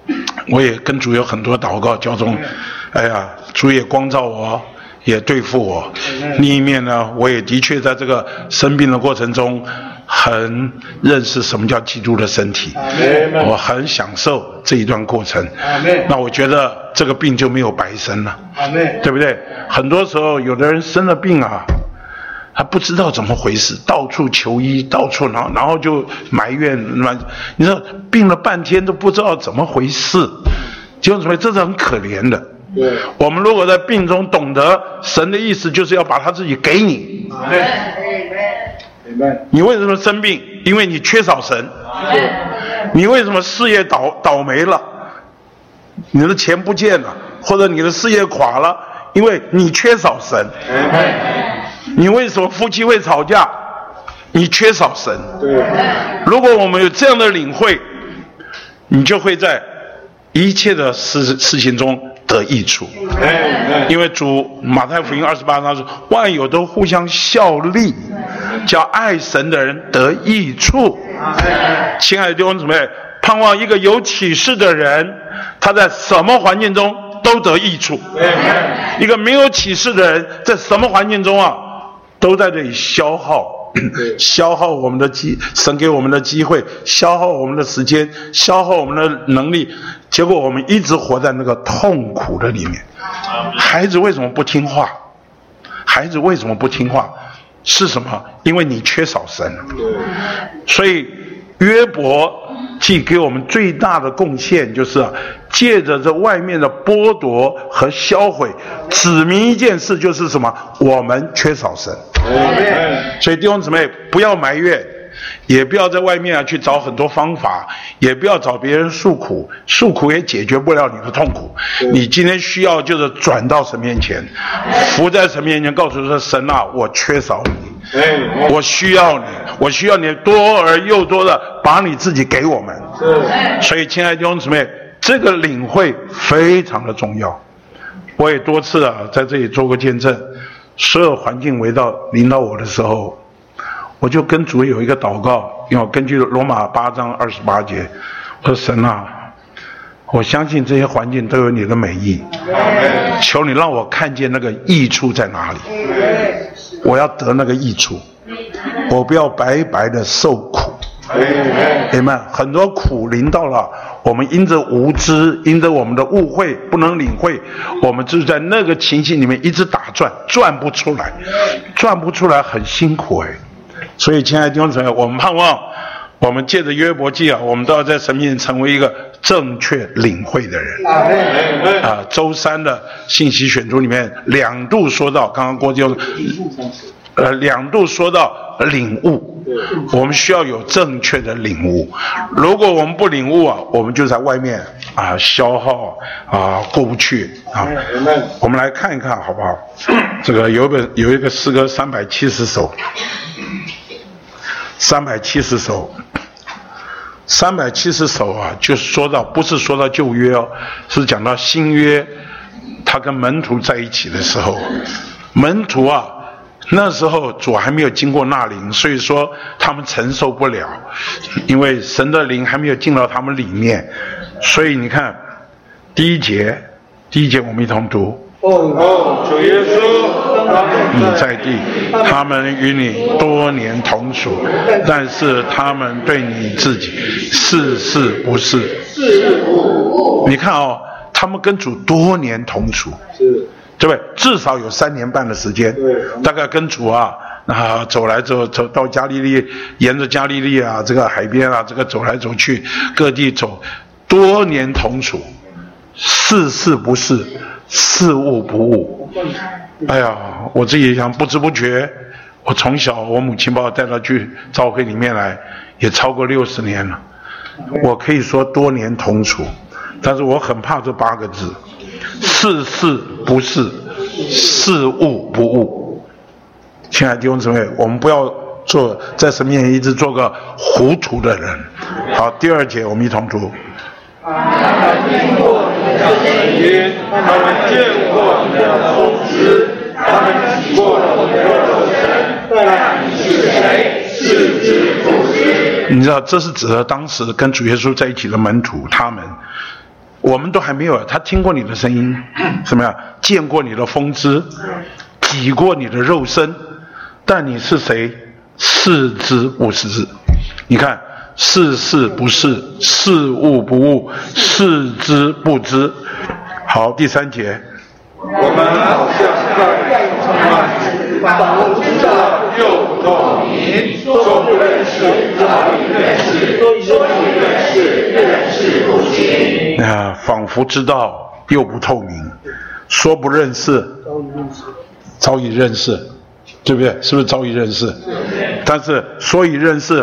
我也跟主有很多祷告交通，哎呀，主也光照我，也对付我。另一面呢，我也的确在这个生病的过程中，很认识什么叫基督的身体，我很享受这一段过程。那我觉得这个病就没有白生了，对不对？很多时候，有的人生了病啊，他不知道怎么回事，到处求医，到处然后就埋怨，你说病了半天都不知道怎么回事，弟兄姊妹，这是很可怜的。我们如果在病中懂得神的意思，就是要把他自己给你。你为什么生病？因为你缺少神。你为什么事业倒霉了？你的钱不见了，或者你的事业垮了，因为你缺少神。你为什么夫妻会吵架？你缺少神。如果我们有这样的领会，你就会在一切的事情中得益处。因为主马太福音28章说，万有都互相效力，叫爱神的人得益处。亲爱的弟兄姊妹，盼望一个有启示的人，他在什么环境中都得益处。一个没有启示的人，在什么环境中啊，都在这里消耗我们的神给我们的机会，消耗我们的时间，消耗我们的能力，结果我们一直活在那个痛苦的里面。孩子为什么不听话？孩子为什么不听话？是什么？因为你缺少神。所以约伯既给我们最大的贡献，就是借着这外面的剥夺和销毁，指明一件事，就是什么？我们缺少神。所以弟兄姊妹，不要埋怨，也不要在外面去找很多方法，也不要找别人诉苦，诉苦也解决不了你的痛苦。你今天需要就是转到神面前，伏在神面前，告诉说：神啊，我缺少你，我需要你，我需要你多而又多的把你自己给我们。所以亲爱的弟兄姊妹，这个领会非常的重要。我也多次在这里做过见证，所有环境临到我的时候，我就跟主有一个祷告，因为我根据罗马8章28节，我说：神啊，我相信这些环境都有你的美意，求你让我看见那个益处在哪里，我要得那个益处，我不要白白的受苦。Amen。很多苦临到了，我们因着无知，因着我们的误会，不能领会，我们就是在那个情形里面一直打转，转不出来，很辛苦所以亲爱的弟兄姊妹，我们盼望我们借着约伯记我们都要在神面前成为一个正确领会的人。周三的信息选读里面2度说到，刚刚郭弟兄2度说到领悟，我们需要有正确的领悟。如果我们不领悟我们就在外面消耗过不去我们来看一看好不好？这个有一个诗歌370首，370首就是说到，不是说到旧约是讲到新约，他跟门徒在一起的时候，门徒那时候主还没有经过纳灵，所以说他们承受不了，因为神的灵还没有进到他们里面。所以你看第一节我们一同读。 主耶稣， 你在地，他们与你多年同属，但是他们对你自己是不是？你看他们跟主多年同属，对不对？至少有3年半的时间，大概跟主走来走到加利利，沿着加利利这个海边这个走来走去，各地走，多年同属，是不是？事物不误。哎呀，我自己想，不知不觉，我从小我母亲把我带到去教会里面来，也超过60年了。我可以说多年同处，但是我很怕这8个字：是不是，事物不误。亲爱的弟兄姊妹，我们不要在神面前一直做个糊涂的人。好，第2节我们一同读。 他们听过你的声音，他们见过你的风姿，他们洗过了你的肉身，但你是谁，视之不知。 你知道，这是指的当时跟主耶稣在一起的门徒，他们我们都还没有，他听过你的声音，怎么样？见过你的风姿，挤过你的肉身，但你是谁？是之不是。你看，是是不是，是物不物，是知不知。好，第3节。 我们好像在充满，仿佛知道又不透明，说不认识，早已认识，说已认识，认识不清。 仿佛知道又不透明，说不认识，早已认识，对不对？是不是早已认识？但是所以认识，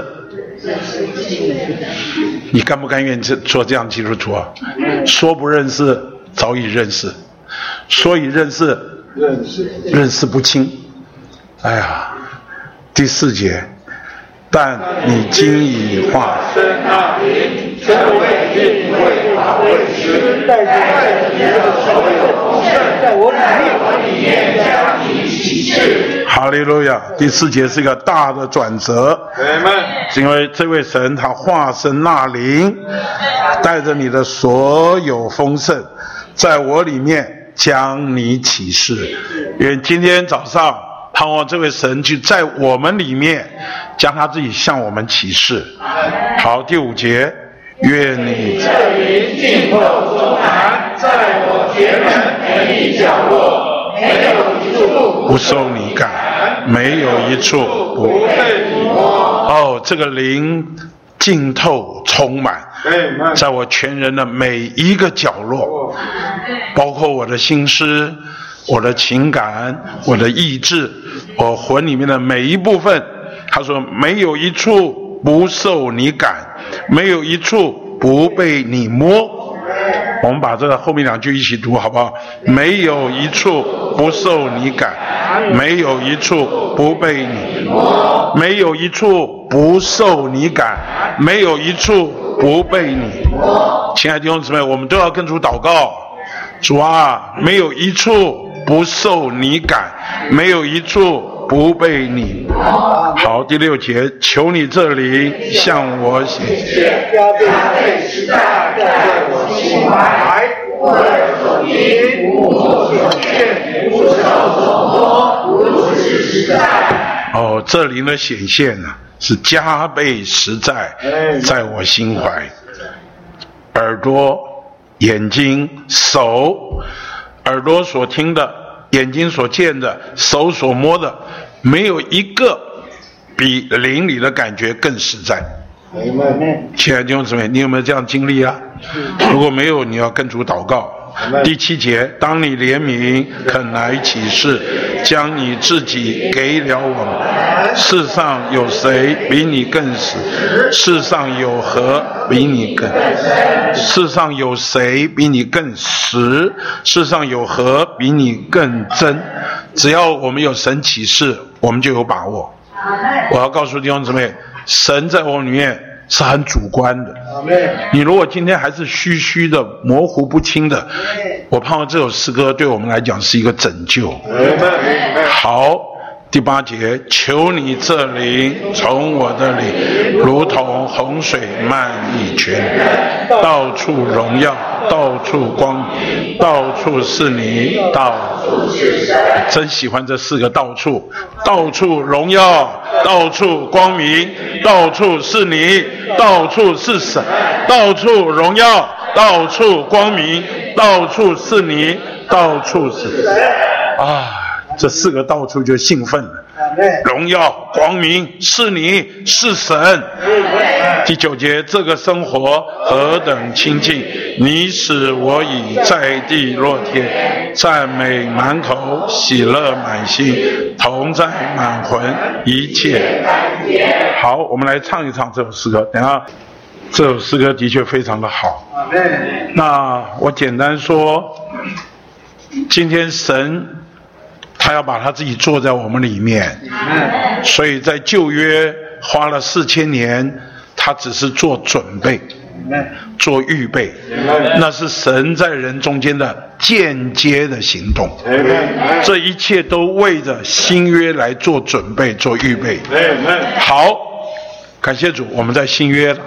你甘不甘愿做这样基督徒啊？说不认识，早已认识，所以认识，认识不清。哎呀，第4节，但你今已化身那灵，成为智慧法会师，带着你的所有丰盛，在我里面将你启示。 哈利路亚！第4节是一个大的转折，因为这位神他化身那灵，带着你的所有丰盛，在我里面将你启示。愿今天早上盼望这位神就在我们里面将他自己向我们启示。好，第5节，愿你这灵浸透中南，在我前门每一角落，没有一处不受你感，没有一处不被你摸。 这个灵浸透充满，在我全人的每一个角落，包括我的心思、我的情感、我的意志、我魂里面的每一部分。他说没有一处不受你感，没有一处不被你摸。我们把这个后面2句一起读好不好？没有一处不受你感，没有一处不被你摸，没有一处不受你感，没有一处不被你摸。亲爱的弟兄姊妹，我们都要跟主祷告，主啊，没有一处不受你感，没有一处不被你摸。好，第6节，求你这里向我显现， 加倍施大在我心怀，不耳所听，无我所见，无手所摸，如此实在。 这灵的显现呢，是加倍实在，在我心怀。耳朵、眼睛、手，耳朵所听的，眼睛所见的，手所摸的，没有一个比灵里的感觉更实在。亲爱的弟兄姊妹，你有没有这样经历啊？如果没有，你要跟主祷告。第7节，当你怜悯肯来启示，将你自己给了我们。世上有谁比你更实？世上有何比你更？世上有谁比你更实？世上有何比你更真？只要我们有神启示，我们就有把握。我要告诉弟兄姊妹，神在我里面是很主观的。你如果今天还是虚虚的、模糊不清的，我盼望这首诗歌对我们来讲是一个拯救。好，第8节，求你这灵从我的里，如同洪水漫溢全地，到处荣耀，到处光，到处是你，到处是神。真喜欢这4个到处，到处荣耀，到处光明，到处是你，到处是神，到处荣耀，到处光明，到处是你，到处是神。这4个到处就兴奋了。荣耀、光明是你，是神。第9节，这个生活何等清净，你使我已在地落天，赞美满口，喜乐满心，同在满魂，一切。好，我们来唱一唱这首诗歌。等一下，这首诗歌的确非常的好。那我简单说，今天神他要把他自己坐在我们里面，所以在旧约花了4000年，他只是做准备，做预备，那是神在人中间的间接的行动。这一切都为着新约来做准备、做预备。好，感谢主，我们在新约了，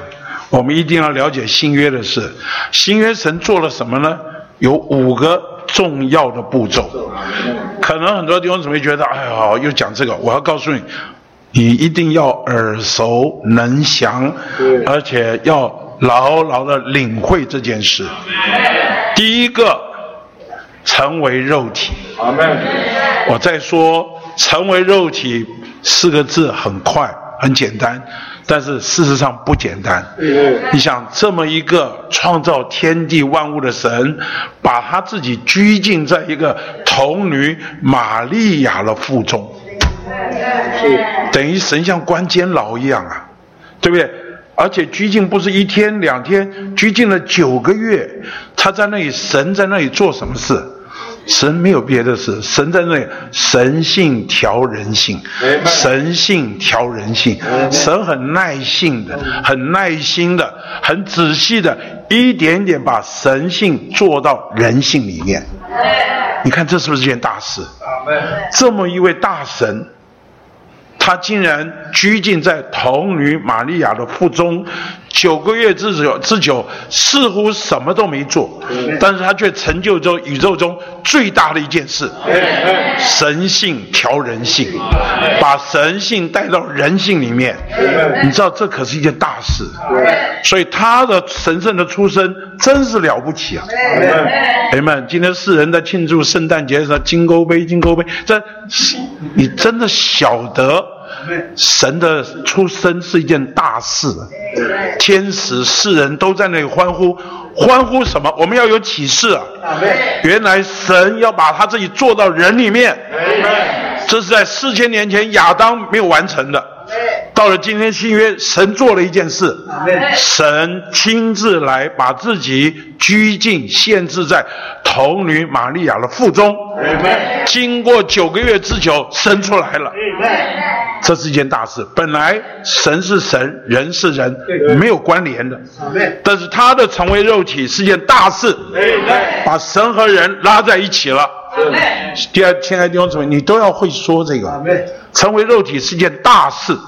我们一定要了解新约的事。新约神做了什么呢？有5个重要的步骤。可能很多弟兄姊妹觉得，哎呀，又讲这个，我要告诉你，你一定要耳熟能详，而且要牢牢的领会这件事。第一个，成为肉体。我再说，成为肉体4个字很快很简单，但是事实上不简单。你想，这么一个创造天地万物的神，把他自己拘禁在一个童女玛利亚的腹中，等于神像关监牢一样啊，对不对？而且拘禁不是1天2天，拘禁了9个月。他在那里，神在那里做什么事？神没有别的事，神在那里神性调人性，神性调人性。神很耐性的，很耐心的，很仔细的，一点点把神性做到人性里面。你看这是不是件大事？这么一位大神，他竟然拘禁在童女玛利亚的腹中9个月之久，似乎什么都没做，但是他却成就着宇宙中最大的一件事，神性调人性，把神性带到人性里面。你知道这可是一件大事，所以他的神圣的出生真是了不起啊！朋友们，今天世人在庆祝圣诞节的时候，金钩杯，这你真的晓得神的出生是一件大事，天使世人都在那里欢呼什么？我们要有启示啊！原来神要把他自己做到人里面，这是在4000年前亚当没有完成的。到了今天新约，神做了一件事，神亲自来把自己拘禁限制在童女玛利亚的腹中，经过9个月之久生出来了。这是一件大事，本来神是神，人是人，没有关联的，但是他的成为肉体是件大事，把神和人拉在一起了。第二，亲爱的弟兄姊妹，你都要会说这个，成为肉体是件大事。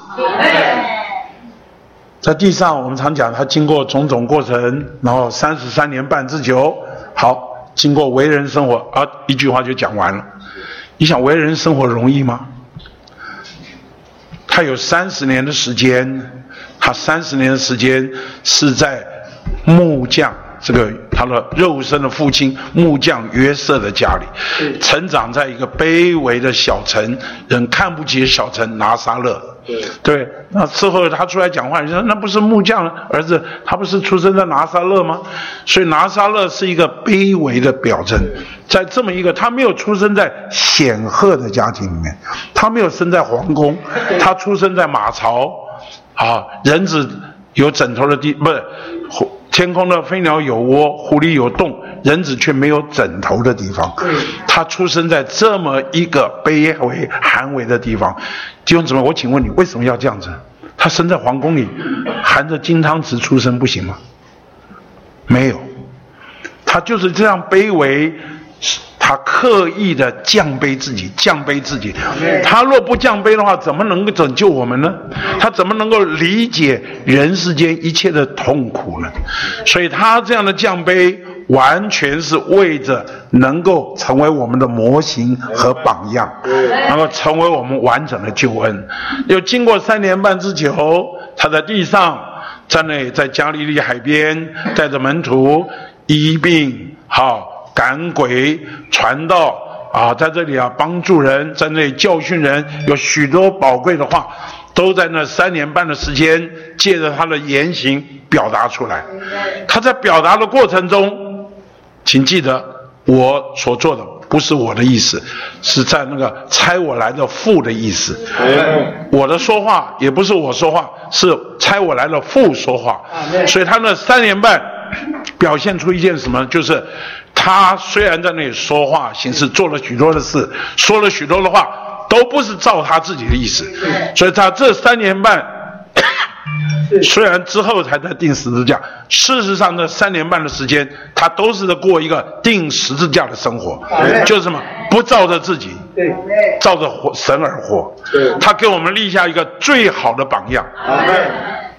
在地上我们常讲他经过种种过程，然后33年半之久，好，经过为人生活，一句话就讲完了。你想为人生活容易吗？他有30年的时间，他30年的时间是在木匠这个他的肉身的父亲木匠约瑟的家里，成长在一个卑微的小城，人看不起的小城拿撒勒。对，那之后他出来讲话，人说那不是木匠儿子，他不是出生在拿撒勒吗？所以拿撒勒是一个卑微的表征，在这么一个他没有出生在显赫的家庭里面，他没有生在皇宫，他出生在马槽啊，人子有枕头的地，不是天空的飞鸟有窝，狐狸有洞，人子却没有枕头的地方。他出生在这么一个卑微寒微的地方。弟兄姊妹，我请问你，为什么要这样子？他生在皇宫里，含着金汤匙出生不行吗？没有，他就是这样卑微，他刻意的降卑自己。他若不降卑的话，怎么能够拯救我们呢？他怎么能够理解人世间一切的痛苦呢？所以他这样的降卑，完全是为着能够成为我们的模型和榜样，能够成为我们完整的救恩。又经过3年半之久，他在地上，在加利利海边，带着门徒医病，赶鬼传道啊，在这里帮助人，在那里教训人，有许多宝贵的话都在那3年半的时间借着他的言行表达出来。他在表达的过程中，请记得我所做的不是我的意思，是在那个差我来的父的意思。我的说话也不是我说话，是差我来的父说话。所以他那3年半表现出一件什么，就是他虽然在那里说话行事，做了许多的事，说了许多的话，都不是照他自己的意思。所以他这3年半虽然之后才在钉十字架，事实上这3年半的时间，他都是在过一个钉十字架的生活，就是什么，不照着自己，照着神而活。他给我们立下一个最好的榜样。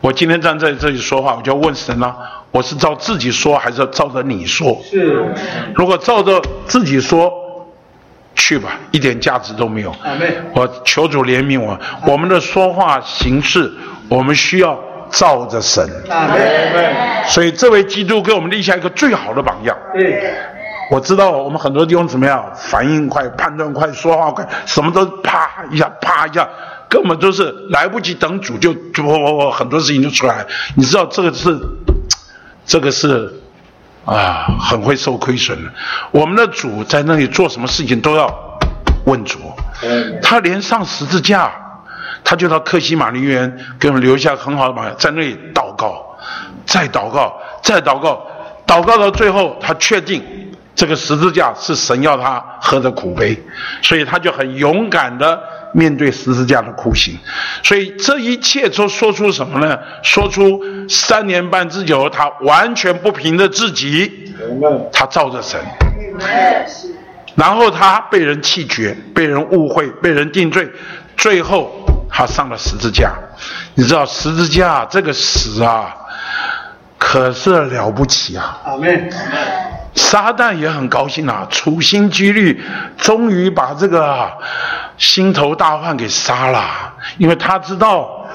我今天站在这里说话，我就要问神了，我是照自己说还是照着你说？ 是。 如果照着自己说，去吧，一点价值都没有。我求主怜悯我，我们的说话行事，我们需要照着神。所以这位基督给我们立下一个最好的榜样。我知道我们很多地方怎么样，反应快，判断快，说话快，什么都啪一下啪一下，根本都是来不及等主就很多事情就出来。你知道这个是很会受亏损的。我们的主在那里做什么事情都要问主。他连上十字架，他就到客西马尼园给我们留下很好的榜样，在那里祷告，再祷告，再祷告，祷告到最后，他确定这个十字架是神要他喝的苦杯，所以他就很勇敢的面对十字架的酷刑。所以这一切都说出什么呢？说出3年半之久他完全不凭着自己，他照着神，然后他被人弃绝，被人误会，被人定罪，最后他上了十字架。你知道十字架这个死可是了不起啊！阿们。撒旦也很高兴处心积虑，终于把这个心头大患给杀了，因为他知道，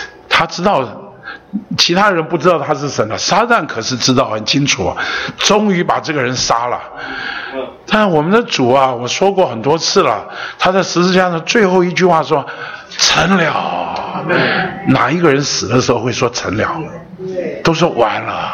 其他人不知道他是神撒旦可是知道很清楚终于把这个人杀了。但我们的主我说过很多次了，他在十字架上最后一句话说成了。哪一个人死的时候会说成了？都说完了，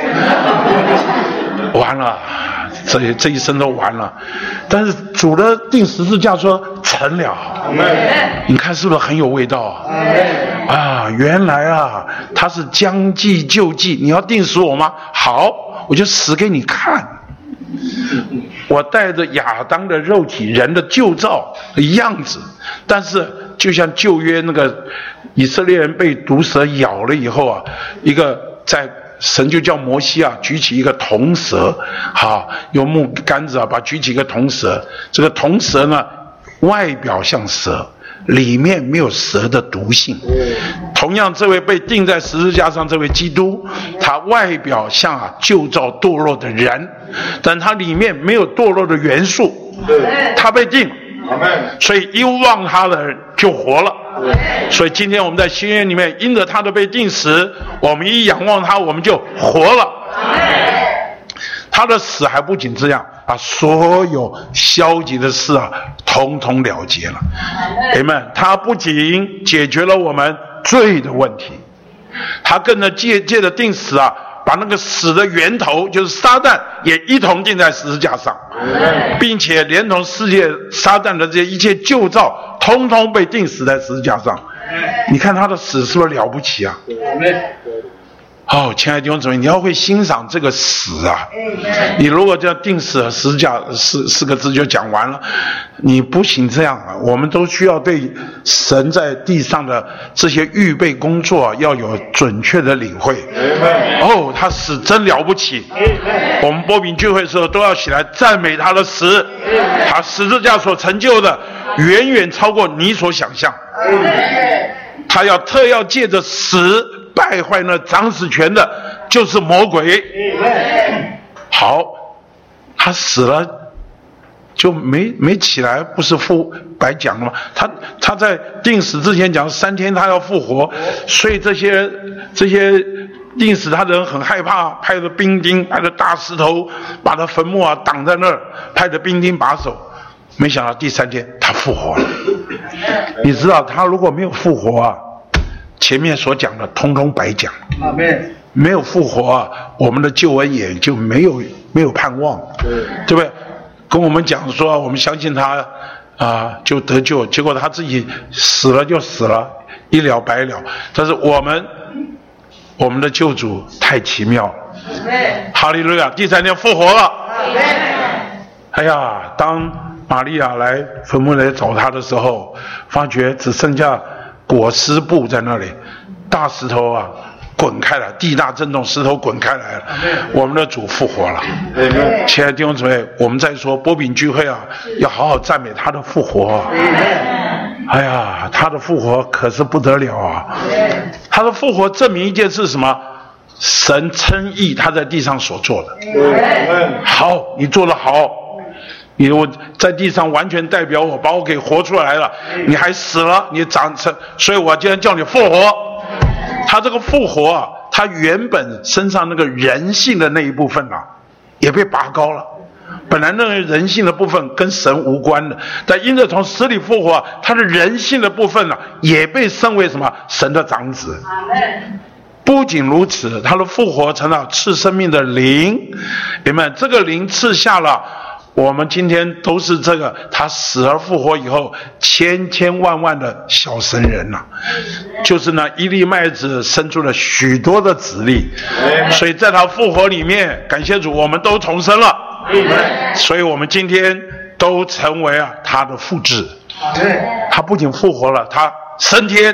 完了，这一生都完了。但是主的定十字架说成了，你看是不是很有味道原来他是将计就计。你要定死我吗？好，我就死给你看。我带着亚当的肉体，人的旧造的样子，但是就像旧约那个以色列人被毒蛇咬了以后一个神就叫摩西举起一个铜蛇，用木杆子举起一个铜蛇。这个铜蛇呢，外表像蛇，里面没有蛇的毒性。同样，这位被钉在十字架上这位基督，他外表像旧造堕落的人，但他里面没有堕落的元素。他被钉，所以一望他的人就活了。所以今天我们在新约里面，因着他的被钉死，我们一仰望他，我们就活了。他的死还不仅这样，把所有消极的事统统了结了。Amen。他不仅解决了我们罪的问题，他更能借着钉死把那个死的源头就是撒旦也一同钉在十字架上，并且连同世界撒旦的这些一切旧造通通被钉死在十字架上。你看他的死是不是了不起啊？亲爱的弟兄姊妹，你要会欣赏这个死你如果这样钉死十字架四个字就讲完了，你不行这样我们都需要对神在地上的这些预备工作要有准确的领会。他死真了不起。我们波饼聚会的时候都要起来赞美他的死，他十字架所成就的远远超过你所想象。他特要借着死败坏那掌死权的就是魔鬼。好，他死了就没起来，不是白讲了吗？他在钉死之前讲3天他要复活，所以这些钉死他的人很害怕，派着兵丁，派着大石头把他坟墓挡在那儿，派着兵丁把守。没想到第3天他复活了。你知道他如果没有复活前面所讲的通通白讲。没有复活我们的救恩也就没有盼望，对不对？跟我们讲说我们相信他就得救，结果他自己死了就死了，一了百了。但是我们的救主太奇妙了，哈利路亚！第3天复活了。当玛利亚来坟墓来找他的时候，发觉只剩下裹尸布在那里，大石头滚开了，地大震动，石头滚开来了。我们的主复活了。亲爱的弟兄姊妹，我们再说波饼聚会要好好赞美他的复活哎呀，他的复活可是不得了啊！他的复活证明一件事什么？神称义他在地上所做的。好，你做得好，我在地上完全代表我，把我给活出来了。你还死了，你长成，所以我今天叫你复活。他这个复活啊，他原本身上那个人性的那一部分啊，也被拔高了。本来那个人性的部分跟神无关的，但因着从死里复活，他的人性的部分呢，也被升为什么？神的长子。不仅如此，他的复活成了赐生命的灵，你们这个灵赐下了。我们今天都是这个，他死而复活以后，千千万万的小神人呐、就是呢一粒麦子生出了许多的子粒，所以在他复活里面，感谢主，我们都重生了，所以我们今天都成为他的复制。他不仅复活了，他升天，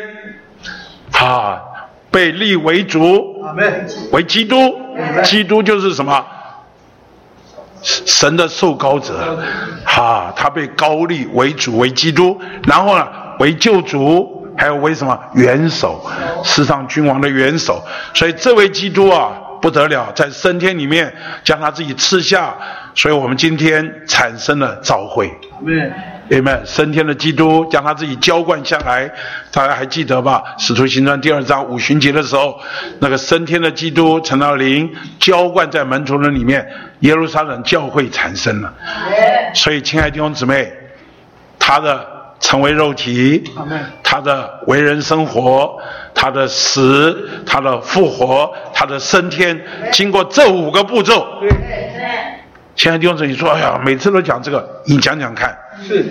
被立为主，为基督，基督就是什么？神的受膏者，他被高立为主为基督，然后呢为救主，还有为什么元首，世上君王的元首。所以这位基督啊不得了，在升天里面将他自己赐下，所以我们今天产生了召会。Amen。升天的基督将他自己浇灌下来，大家还记得吧？使徒行传第2章五旬节的时候，那个升天的基督成了灵，浇灌在门徒人里面，耶路撒冷教会产生了。所以亲爱的弟兄姊妹，他的成为肉体，他的为人生活，他的死，他的复活，他的升天，经过这5个步骤。亲爱的弟兄姊妹，你说哎呀，每次都讲这个，你讲讲看。是。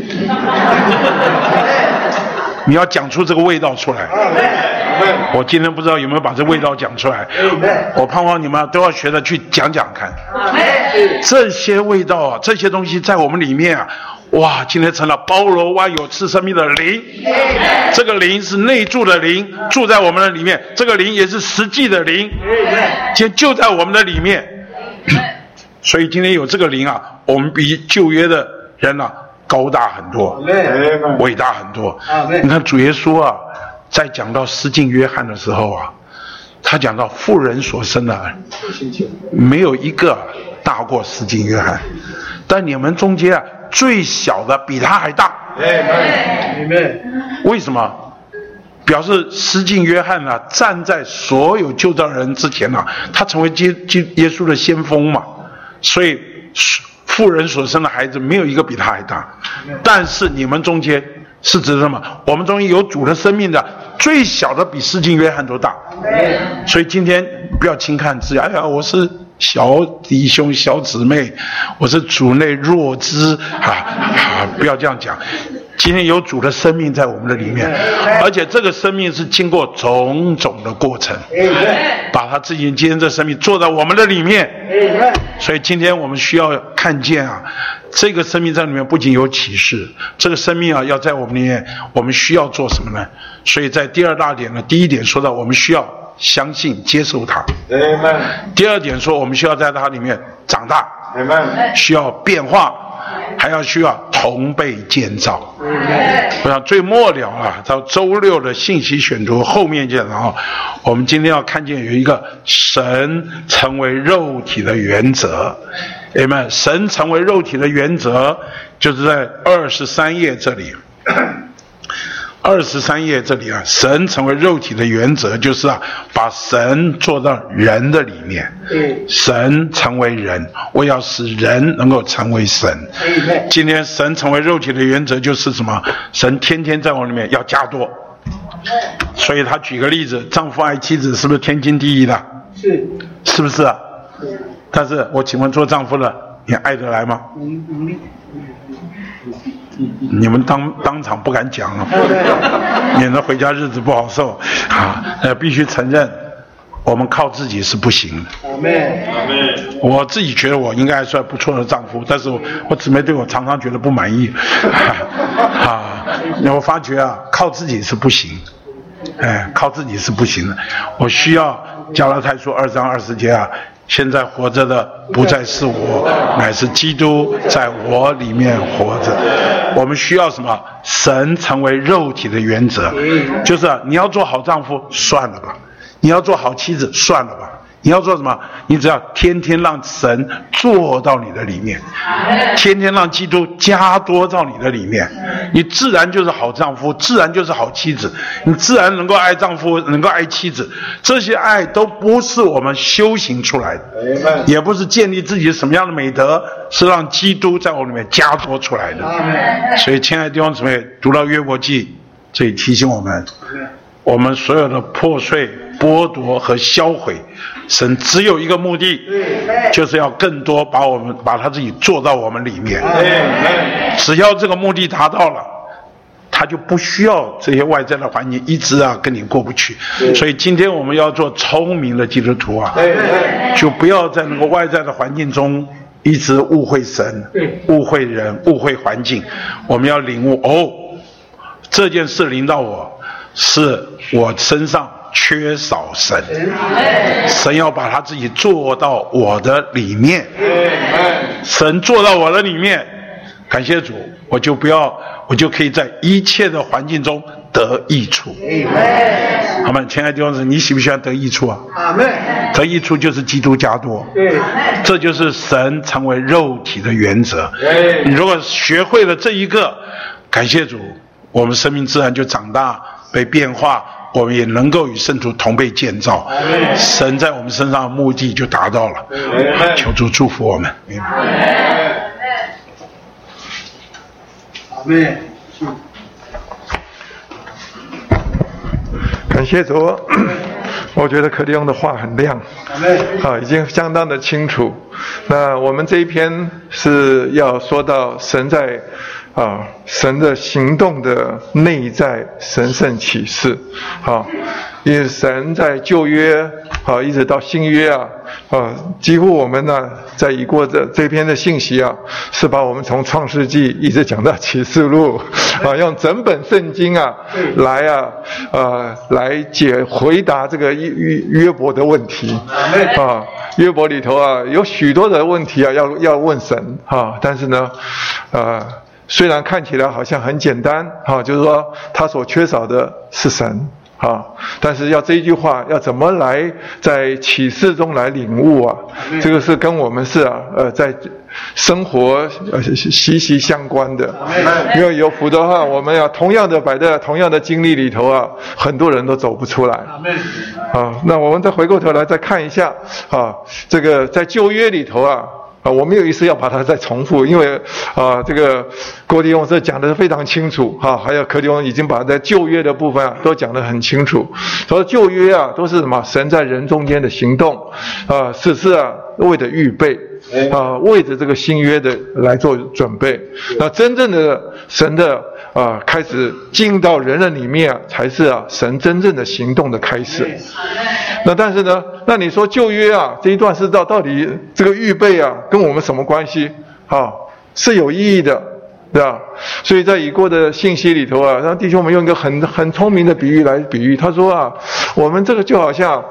你要讲出这个味道出来。我今天不知道有没有把这味道讲出来。我盼望你们都要学着去讲讲看。这些味道啊，这些东西在我们里面啊，哇，今天成了包罗万有赐生命的灵。这个灵是内住的灵，住在我们的里面。这个灵也是实际的灵，今天就在我们的里面。所以今天有这个灵啊，我们比旧约的人啊高大很多，伟大很多。你看主耶稣啊，在讲到施浸约翰的时候啊，他讲到妇人所生的没有一个大过施浸约翰，但你们中间啊最小的比他还大。为什么？表示施浸约翰啊站在所有救造人之前啊，他成为耶稣的先锋嘛。所以妇人所生的孩子没有一个比他还大，但是你们中间是指什么？我们中间有主的生命的最小的比施浸约翰都大。所以今天不要轻看自己，哎呀，我是小弟兄小姊妹，我是主内弱枝不要这样讲。今天有主的生命在我们的里面，而且这个生命是经过种种的过程，把他自己今天这生命做在我们的里面。所以今天我们需要看见啊，这个生命在里面不仅有启示，这个生命啊要在我们里面，我们需要做什么呢？所以在第2大点呢，第1点说到我们需要相信接受它，第2点说我们需要在它里面长大，需要变化，还要需要同被建造。我想最末了啊，到周6的信息选读后面见啊，我们今天要看见有一个神成为肉体的原则。Amen。神成为肉体的原则就是在23页这里。23页这里啊，神成为肉体的原则就是把神做到人的里面。神成为人，我要使人能够成为神。今天神成为肉体的原则就是什么？神天天在我里面要加多。所以他举个例子，丈夫爱妻子是不是天经地义的？是不是啊？但是我请问做丈夫的，你爱得来吗？你们当场不敢讲了，免得回家日子不好受必须承认我们靠自己是不行的。我自己觉得我应该还算不错的丈夫，但是我姊妹对我常常觉得不满意我发觉靠自己是不行，靠自己是不行的。我需要加拉太书2章20节现在活着的不再是我，乃是基督在我里面活着。我们需要什么？神成为肉体的原则，就是你要做好丈夫，算了吧；你要做好妻子，算了吧。你要做什么？你只要天天让神做到你的里面，天天让基督加多到你的里面，你自然就是好丈夫，自然就是好妻子，你自然能够爱丈夫，能够爱妻子。这些爱都不是我们修行出来的，也不是建立自己什么样的美德，是让基督在我里面加多出来的。所以亲爱的弟兄姊妹，读到约伯记，这里提醒我们所有的破碎、剥夺和销毁，神只有一个目的，就是要更多把他自己做到我们里面。只要这个目的达到了，他就不需要这些外在的环境一直跟你过不去。所以今天我们要做聪明的基督徒就不要在那个外在的环境中一直误会神、误会人、误会环境。我们要领悟这件事临到我，是我身上缺少神，神要把他自己做到我的里面，神做到我的里面，感谢主，我就可以在一切的环境中得益处。好吗？亲爱的弟兄姊妹，你喜不喜欢得益处啊？得益处就是基督加多，这就是神成为肉体的原则。你如果学会了这一个，感谢主，我们生命自然就长大被变化，我们也能够与圣徒同被建造，神在我们身上的目的就达到了。求主祝福我们。 阿们。 感谢主，我觉得可利用的话很亮，已经相当的清楚。那我们这一篇是要说到神在神的行动的内在神圣启示，因为神在旧约一直到新约几乎我们呢在已过这篇的信息是把我们从创世纪一直讲到启示录用整本圣经来回答这个约伯的问题约伯里头有许多的问题要问神但是呢虽然看起来好像很简单就是说他所缺少的是神但是要这一句话要怎么来在启示中来领悟这个是跟我们是在生活息息相关的，因为有否则的话我们同样的摆在同样的经历里头很多人都走不出来那我们再回过头来再看一下这个在旧约里头我没有意思要把它再重复，因为这个郭弟兄这讲的非常清楚还有柯弟兄已经把在旧约的部分都讲得很清楚。所以旧约都是什么？神在人中间的行动是为了预备为着这个新约的来做准备。那真正的神的开始进到人的里面才是神真正的行动的开始。那但是呢，那你说旧约这一段是到底这个预备跟我们什么关系是有意义的，对吧？所以在已过的信息里头让弟兄们用一个很聪明的比喻来比喻。他说我们这个就好像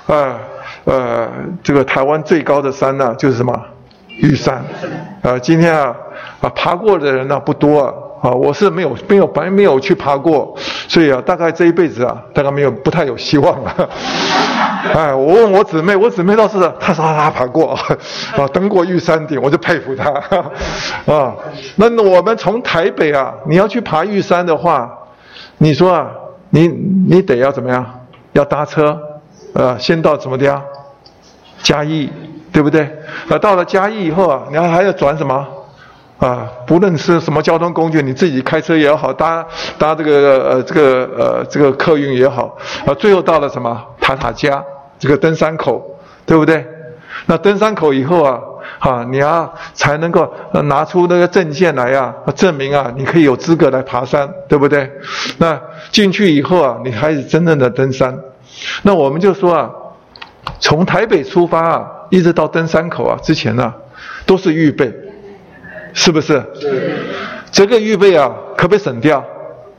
这个台湾最高的山就是什么？玉山今天爬过的人不多我是没有去爬过，所以大概这一辈子大概不太有希望了。我问我姊妹倒是她说她爬过登过玉山顶，我就佩服她那我们从台北你要去爬玉山的话，你说你得要怎么样？要搭车先到什么地方？嘉义，对不对？到了嘉义以后你还要转什么？不论是什么交通工具，你自己开车也好，搭这个客运也好，最后到了什么塔加这个登山口，对不对？那登山口以后你才能够拿出那个证件来证明你可以有资格来爬山，对不对？那进去以后你开始真正的登山。那我们就说从台北出发一直到登山口之前都是预备。是不是？这个预备可不可以省掉？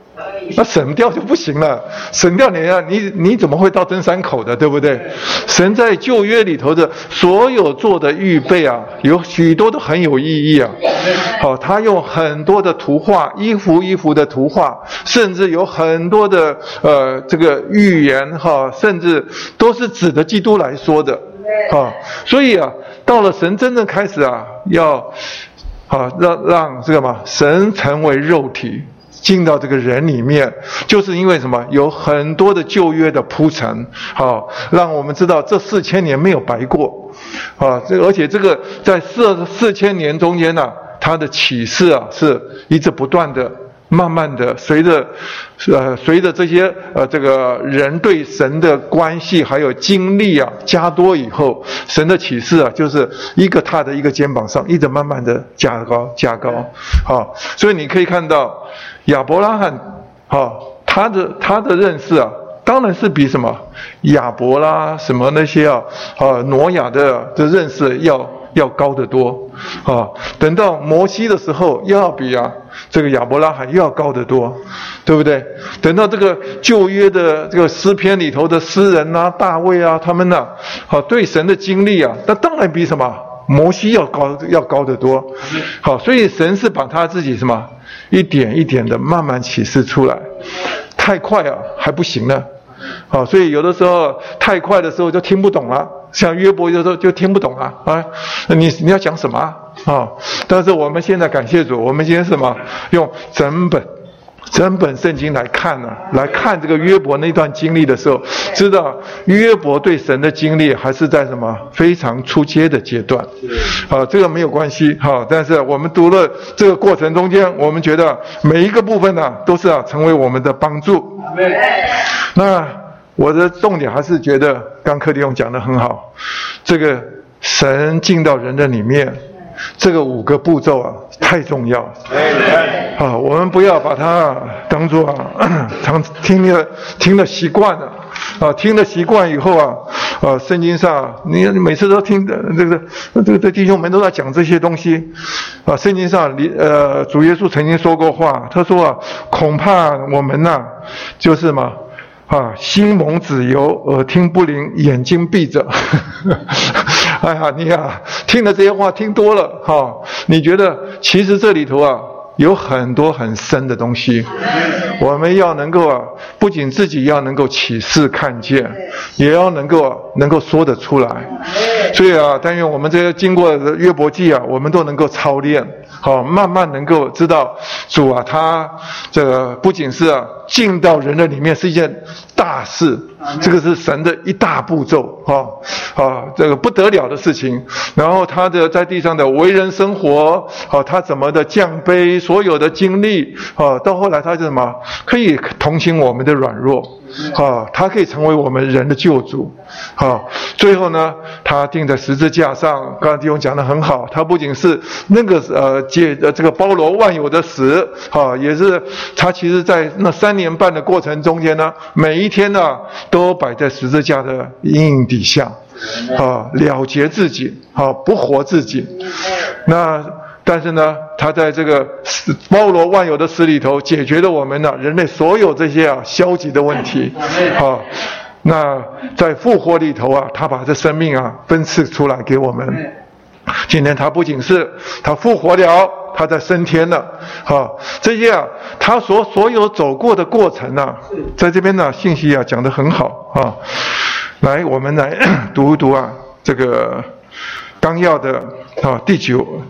那省掉就不行了，省掉你怎么会到登山口的，对不对？神在旧约里头的所有做的预备啊，有许多都很有意义啊。他用很多的图画，一幅一幅的图画，甚至有很多的这个预言甚至都是指着基督来说的。所以啊，到了神真正开始啊，要让这个神成为肉体进到这个人里面，就是因为什么？有很多的旧约的铺陈，让我们知道这4000年没有白过，而且这个在4000年中间呢，它的启示啊是一直不断的。慢慢的，随着这些这个人对神的关系还有经历啊加多以后，神的启示啊就是一个踏在一个肩膀上，一直慢慢的加高。所以你可以看到亚伯拉罕他的认识啊，当然是比什么亚伯拉什么那些挪亚的认识要高得多等到摩西的时候，又要比这个亚伯拉罕又要高得多，对不对？等到这个旧约的这个诗篇里头的诗人啊，大卫啊，他们呢，对神的经历啊，那当然比什么摩西要高得多。所以神是把他自己什么一点一点的慢慢启示出来，太快啊还不行呢。所以有的时候太快的时候就听不懂了，像约伯有时候就听不懂了你要讲什么但是我们现在感谢主，我们今天是什么？用整本圣经来看来看这个约伯那段经历的时候，知道约伯对神的经历还是在什么非常初阶的阶段这个没有关系但是我们读了这个过程中间，我们觉得每一个部分都是成为我们的帮助。那我的重点还是觉得刚柯弟兄讲得很好，这个神进到人的里面，这个5个步骤太重要我们不要把它当作常听了习惯了听了习惯以后圣经上你每次都听的这个弟兄们都在讲这些东西圣经上主耶稣曾经说过话，他说恐怕我们就是嘛心蒙子油，耳听不灵，眼睛闭着哎呀，你听了这些话听多了你觉得其实这里头有很多很深的东西，我们要能够不仅自己要能够启示看见，也要能够说得出来。所以但愿我们这些经过约伯记我们都能够操练慢慢能够知道主他这个不仅是进到人的里面是一件大事，这个是神的一大步骤这个不得了的事情。然后他的在地上的为人生活他怎么的降卑，所有的经历到后来他是什么可以同情我们的软弱他可以成为我们人的救主最后呢，他钉在十字架上，刚才弟兄讲得很好，他不仅是那个这个包罗万有的死也是他其实在那3年半的过程中间呢，每一天呢都摆在十字架的阴影底下了结自己不活自己。但是呢，他在这个包罗万有的死里头解决了我们人类所有这些消极的问题那在复活里头他把这生命分赐出来给我们。今天他不仅是他复活了，他在升天了这些他所有走过的过程在这边信息讲得很好来我们来读一读这个纲要的第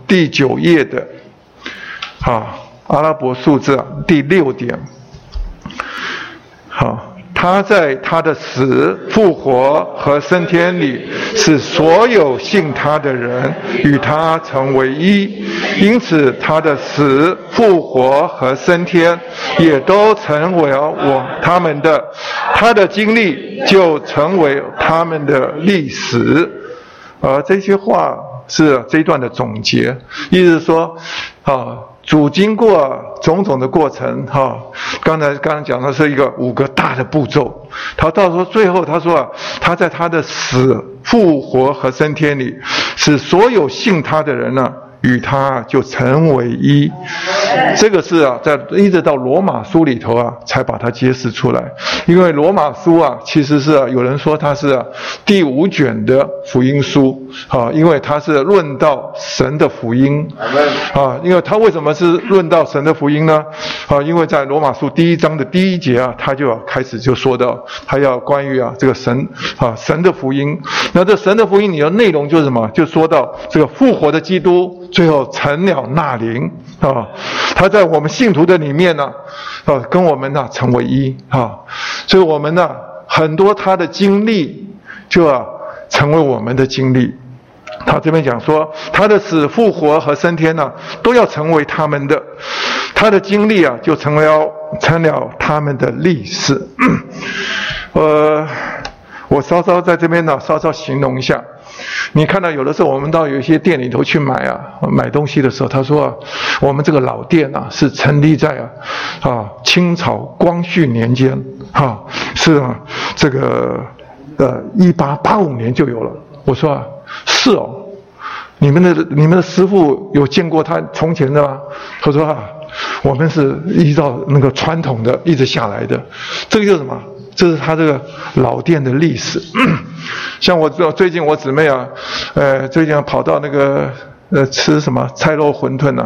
9页的阿拉伯数字第6点他在他的死、复活和升天里，使所有信他的人与他成为一，因此他的死、复活和升天也都成为他的经历就成为他们的历史。这些话是这一段的总结，意思是说主经过种种的过程刚刚讲的是一个5个大的步骤，他到时候最后他说他在他的死、复活和升天里，使所有信他的人与与他就成为一。这个是啊，在一直到罗马书里头啊，才把它揭示出来。因为罗马书啊，其实是有人说它是第5卷的福音书啊，因为它是论到神的福音啊。因为它为什么是论到神的福音呢？啊，因为在罗马书第1章的第1节啊，他就开始就说到，他要关于这个神的福音。那这神的福音里的内容就是什么？就说到这个复活的基督最后成了那灵啊，他在我们信徒的里面呢，跟我们成为一啊，所以我们很多他的经历就成为我们的经历。他这边讲说，他的死、复活和升天都要成为他们的，他的经历就成了他们的历史。我稍稍在这边稍稍形容一下。你看到有的时候我们到有一些店里头去买东西的时候，他说我们这个老店是成立在清朝光绪年间是这个1885年就有了。我说是哦，你们的师傅有见过他从前的吗？他说我们是依照那个传统的一直下来的。这个就是什么？这是他这个老店的历史。像我最近我姊妹最近跑到那个吃什么菜肉馄饨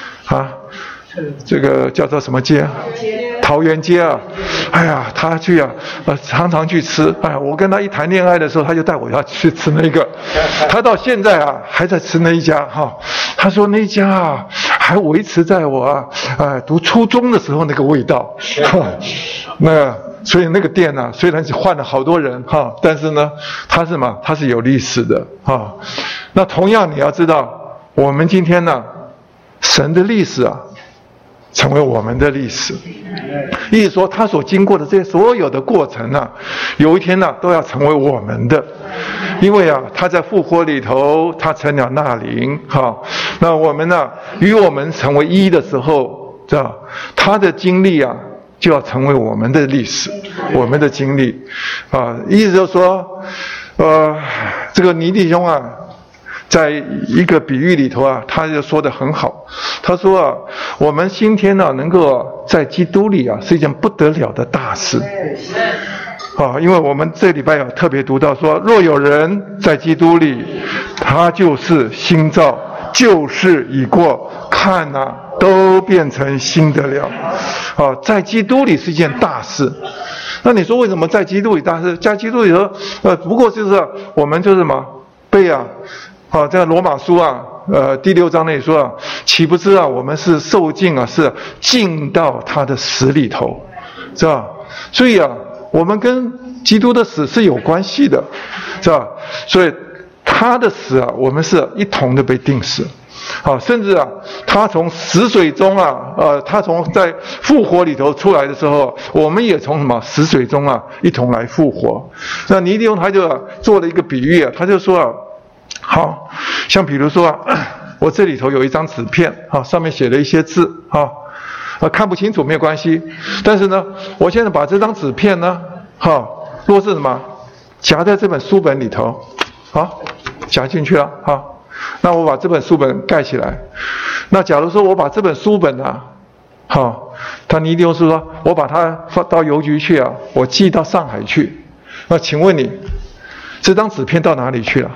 这个叫做什么街？桃园街啊。哎呀，他去常常去吃。哎呀，我跟他一谈恋爱的时候，他就带我要去吃那个。他到现在还在吃那一家他说那一家还维持在我读初中的时候那个味道。所以那个店虽然是换了好多人但是呢，它是什么？它是有历史的那同样你要知道，我们今天神的历史成为我们的历史。意思说，他所经过的这些所有的过程有一天都要成为我们的。因为他在复活里头，他成了那灵那我们与我们成为一的时候，他的经历就要成为我们的历史，我们的经历意思就是说这个尼弟兄在一个比喻里头他就说得很好。他说我们今天能够在基督里是一件不得了的大事因为我们这礼拜特别读到说，若有人在基督里，他就是新造，旧事已过，看都变成新的了在基督里是一件大事。那你说为什么在基督里大事？在基督里头不过就是我们就是什么被这个罗马书第6章那里说岂不知我们是受尽是进到他的死里头，是吧？所以我们跟基督的死是有关系的，是吧？所以他的死我们是一同的被定死甚至他从死水中他从在复活里头出来的时候，我们也从什么死水中一同来复活。那尼弟兄他就做了一个比喻他就说好像比如说我这里头有一张纸片上面写了一些字看不清楚没有关系，但是呢，我现在把这张纸片呢若是什么夹在这本书本里头夹进去了那我把这本书本盖起来。那假如说我把这本书本他尼弟兄说我把它放到邮局去我寄到上海去，那请问你这张纸片到哪里去了？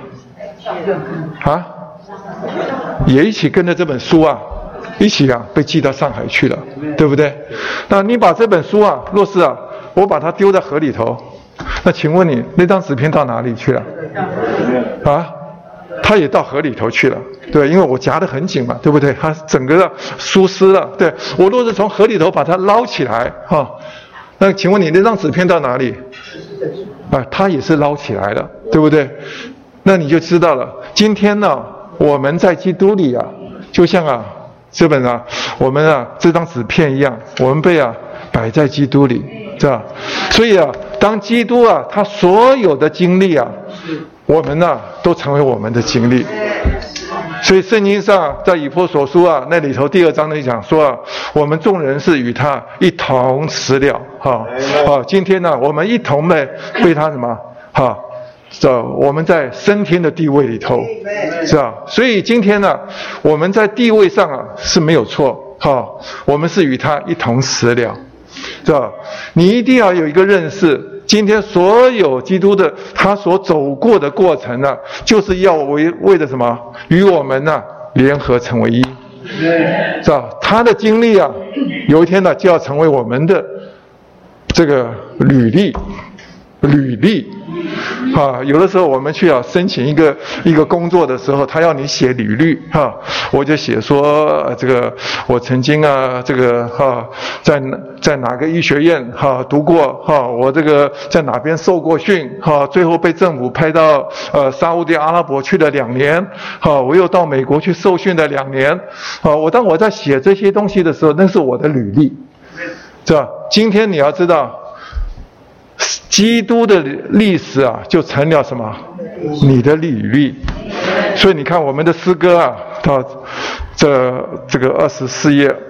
也一起跟着这本书一起被寄到上海去了，对不对？那你把这本书若是我把它丢在河里头，那请问你那张纸片到哪里去了？它也到河里头去了，对，因为我夹得很紧嘛，对不对？它整个疏失了，对，我若是从河里头把它捞起来那请问你那张纸片到哪里？它也是捞起来了，对不对？那你就知道了。今天我们在基督里就像这本我们这张纸片一样，我们被摆在基督里，是吧？所以当基督他所有的经历我们都成为我们的经历。所以圣经上在以弗所书那里头第2章那里讲说我们众人是与他一同死了今天我们一同被他什么我们在升天的地位里头，是吧？所以今天呢，我们在地位上是没有错，我们是与他一同死了，是吧？你一定要有一个认识，今天所有基督的他所走过的过程呢，就是要为了什么？与我们呢联合成为一，是吧？他的经历有一天呢就要成为我们的这个履历。有的时候我们去申请一个工作的时候，他要你写履历我就写说这个我曾经这个在哪个医学院读过我这个在哪边受过训最后被政府派到沙烏地阿拉伯去了2年我又到美国去受训了2年当我在写这些东西的时候，那是我的履历，是吧？今天你要知道。基督的历史就成了什么？你的履历。所以你看我们的诗歌到这个24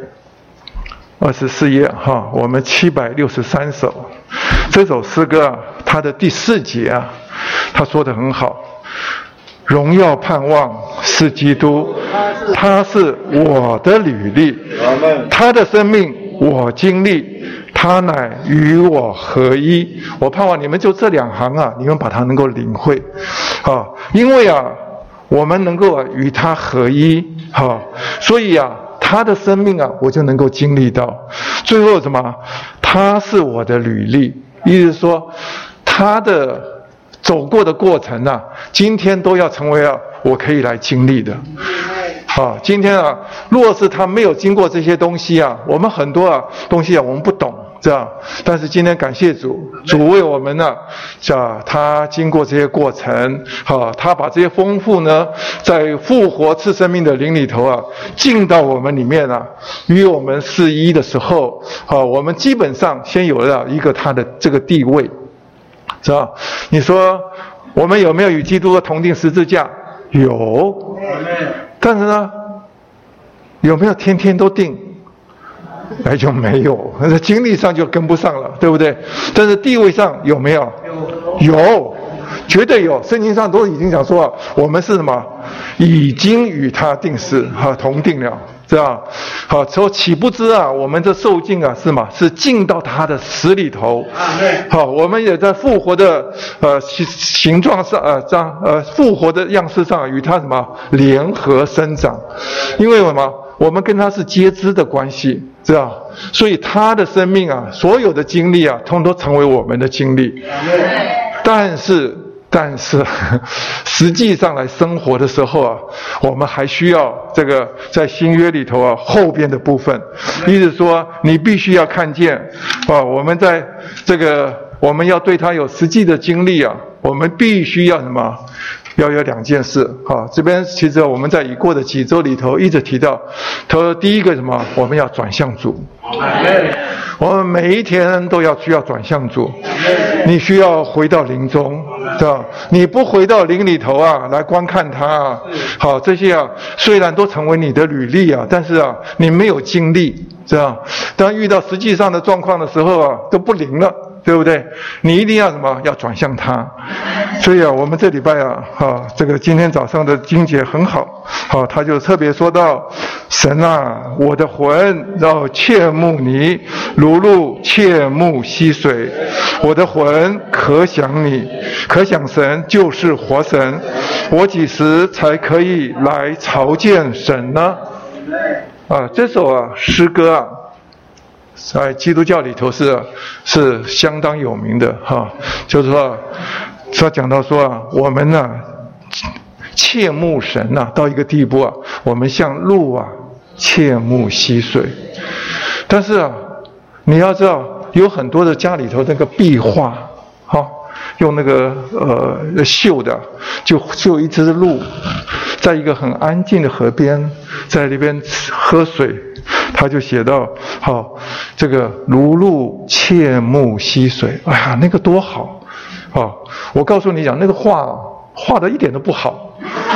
页我们763首。这首诗歌它的第4节他说得很好，荣耀盼望是基督，他是我的履历，他的生命我经历，他乃与我合一。我盼望你们就这2行你们把它能够领会因为我们能够与他合一所以他的生命我就能够经历到。最后什么？他是我的履历，意思是说他的走过的过程今天都要成为我可以来经历的。今天若是他没有经过这些东西我们很多东西我们不懂，这样。但是今天感谢主，主为我们他经过这些过程他把这些丰富呢，在复活赐生命的灵里头进到我们里面与我们是一的时候我们基本上先有了一个他的这个地位，是吧？你说我们有没有与基督同定十字架？有。但是呢，有没有天天都定？就没有，在经历上就跟不上了，对不对？但是地位上有没有？有，绝对有。圣经上都已经讲说我们是什么？已经与他定死同定了，这样。说岂不知我们这受尽是什么？是进到他的死里头。我们也在复活的形状上复活的样式上与他什么联合生长？因为什么？我们跟他是接枝的关系，知道？所以他的生命所有的经历通通成为我们的经历。但是实际上来生活的时候我们还需要这个在新约里头后边的部分，意思说你必须要看见我们在这个我们要对他有实际的经历我们必须要什么？要有2件事这边其实我们在已过的几周里头一直提到，他说第一个什么？我们要转向主。我们每一天都需要转向主。你需要回到灵中，对吧？你不回到灵里头来观看他这些虽然都成为你的履历但是你没有经历，这样。当遇到实际上的状况的时候都不灵了，对不对？你一定要什么？要转向他。所以我们这礼拜这个今天早上的经节很好他就特别说到，神我的魂要切慕你，如鹿切慕溪水。我的魂可想你，可想神就是活神。我几时才可以来朝见神呢？这首诗歌在基督教里头是相当有名的就是说他讲到说我们切慕神到一个地步我们像鹿切慕溪水。但是你要知道有很多的家里头那个壁画用那个绣的，就一只鹿在一个很安静的河边，在那边喝水，他就写到这个如鹿切慕溪水。哎呀，那个多好我告诉你讲，那个画的一点都不好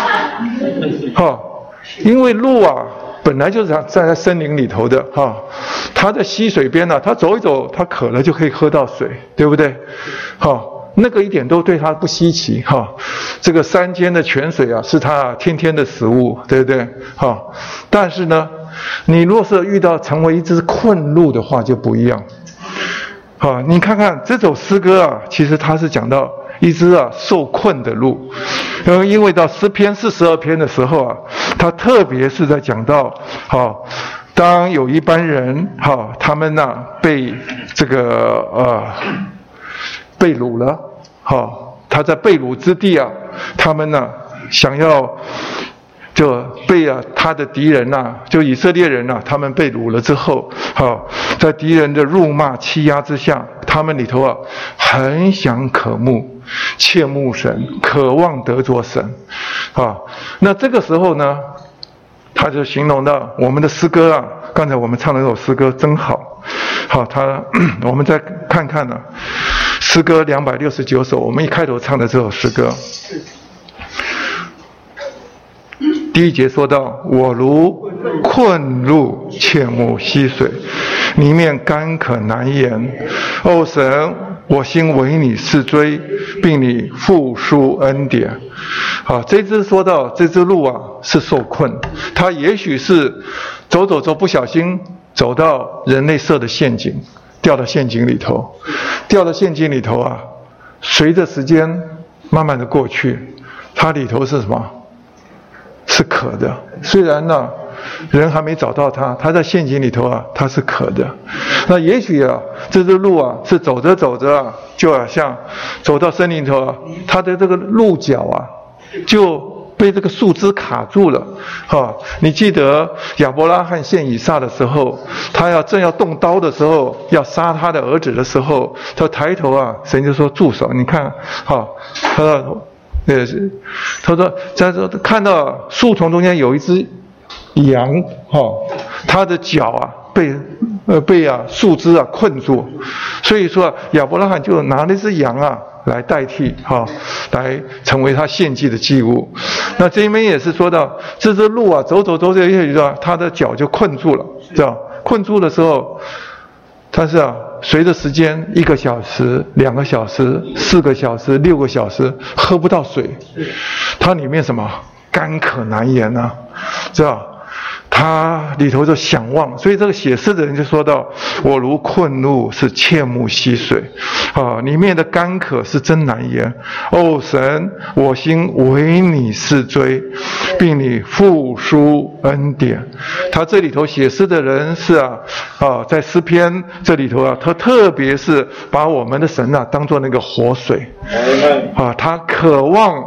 因为鹿本来就是在森林里头的它在溪水边他走一走，他渴了就可以喝到水，对不对那个一点都对他不稀奇哈。这个山间的泉水啊，是他天天的食物，对不对？哈，但是呢，你若是遇到成为一只困鹿的话，就不一样。好，你看看这首诗歌啊，其实它是讲到一只受困的鹿，因为到诗篇42篇的时候啊，它特别是在讲到，当有一班人他们被这个被掳了，他在被掳之地啊，他们想要就被他的敌人就以色列人他们被掳了之后，在敌人的辱骂欺压之下，他们里头很想渴慕、切慕神，渴望得着神，那这个时候呢，他就形容到我们的诗歌刚才我们唱的那首诗歌真好，我们再看看诗歌269首，我们一开头唱的这首诗歌。第1节说到，我如困鹿切慕溪水，里面干渴难言。哦神，我心为你是追，并你复苏恩典。这只说到这只鹿是受困，它也许是走不小心走到人类设的陷阱，掉到陷阱里头，随着时间慢慢的过去，它里头是什么？是渴的，虽然人还没找到他在陷阱里头他是渴的。那也许这只鹿是走着就好像走到森林头它的这个鹿角就被这个树枝卡住了。你记得亚伯拉罕献以撒的时候，他正要动刀的时候，要杀他的儿子的时候，他抬头神就说住手，你看他说在这看到树丛中间有一只羊，它的脚被树枝困住，所以说亚伯拉罕就拿那只羊来代替来成为他献祭的祭物。那这里面也是说到这只鹿走它的脚就困住了，知道困住的时候，但是随着时间1个小时、2个小时、4个小时、6个小时喝不到水，它里面什么干渴难言知道他里头就想望，所以这个写诗的人就说到，我如困鹿是切慕溪水，里面的干渴是真难言。哦神，我心为你是追，并你复苏恩典。他这里头写诗的人是在诗篇这里头他特别是把我们的神当作那个活水，他渴望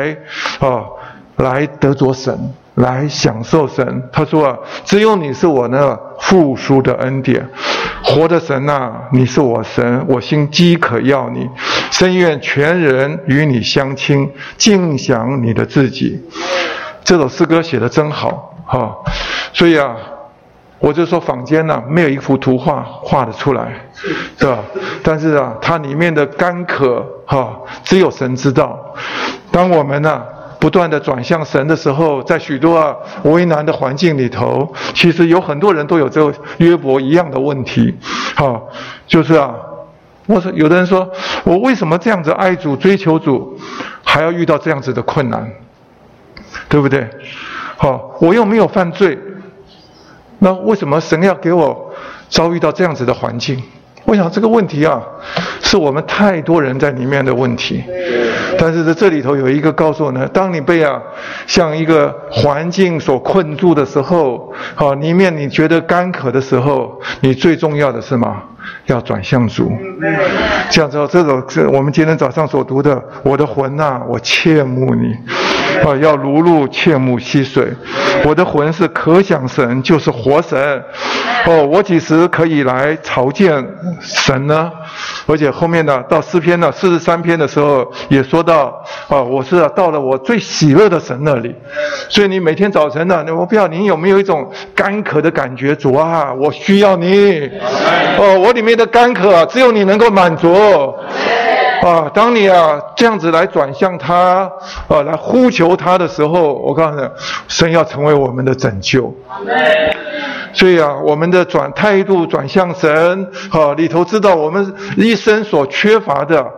来得着神，来享受神。他说只有你是我那复苏的恩典，活的神你是我神，我心饥渴要你，深愿全人与你相亲，尽享你的自己。这首诗歌写得真好所以我就说坊间没有一幅图画画得出来，是吧？但是它里面的干渴只有神知道。当我们不断的转向神的时候，在许多为难的环境里头，其实有很多人都有这个约伯一样的问题，就是有的人说，我为什么这样子爱主追求主，还要遇到这样子的困难，对不对？我又没有犯罪，那为什么神要给我遭遇到这样子的环境？我想这个问题是我们太多人在里面的问题。但是在这里头有一个告诉我呢，当你被像一个环境所困住的时候，里面你觉得干渴的时候，你最重要的是什么？要转向主。这样之后，这首是我们今天早上所读的，我的魂我切慕你，要如鹿切慕溪水。我的魂是可想神，就是活神。我几时可以来朝见神呢？而且后面到诗篇43篇的时候也说到，我是到了我最喜乐的神那里。所以你每天早晨我不知道你有没有一种干渴的感觉，主我需要你。我里面的干渴只有你能够满足。当你这样子来转向他，来呼求他的时候，我告诉你，神要成为我们的拯救。所以我们的态度转向神，里头知道我们一生所缺乏的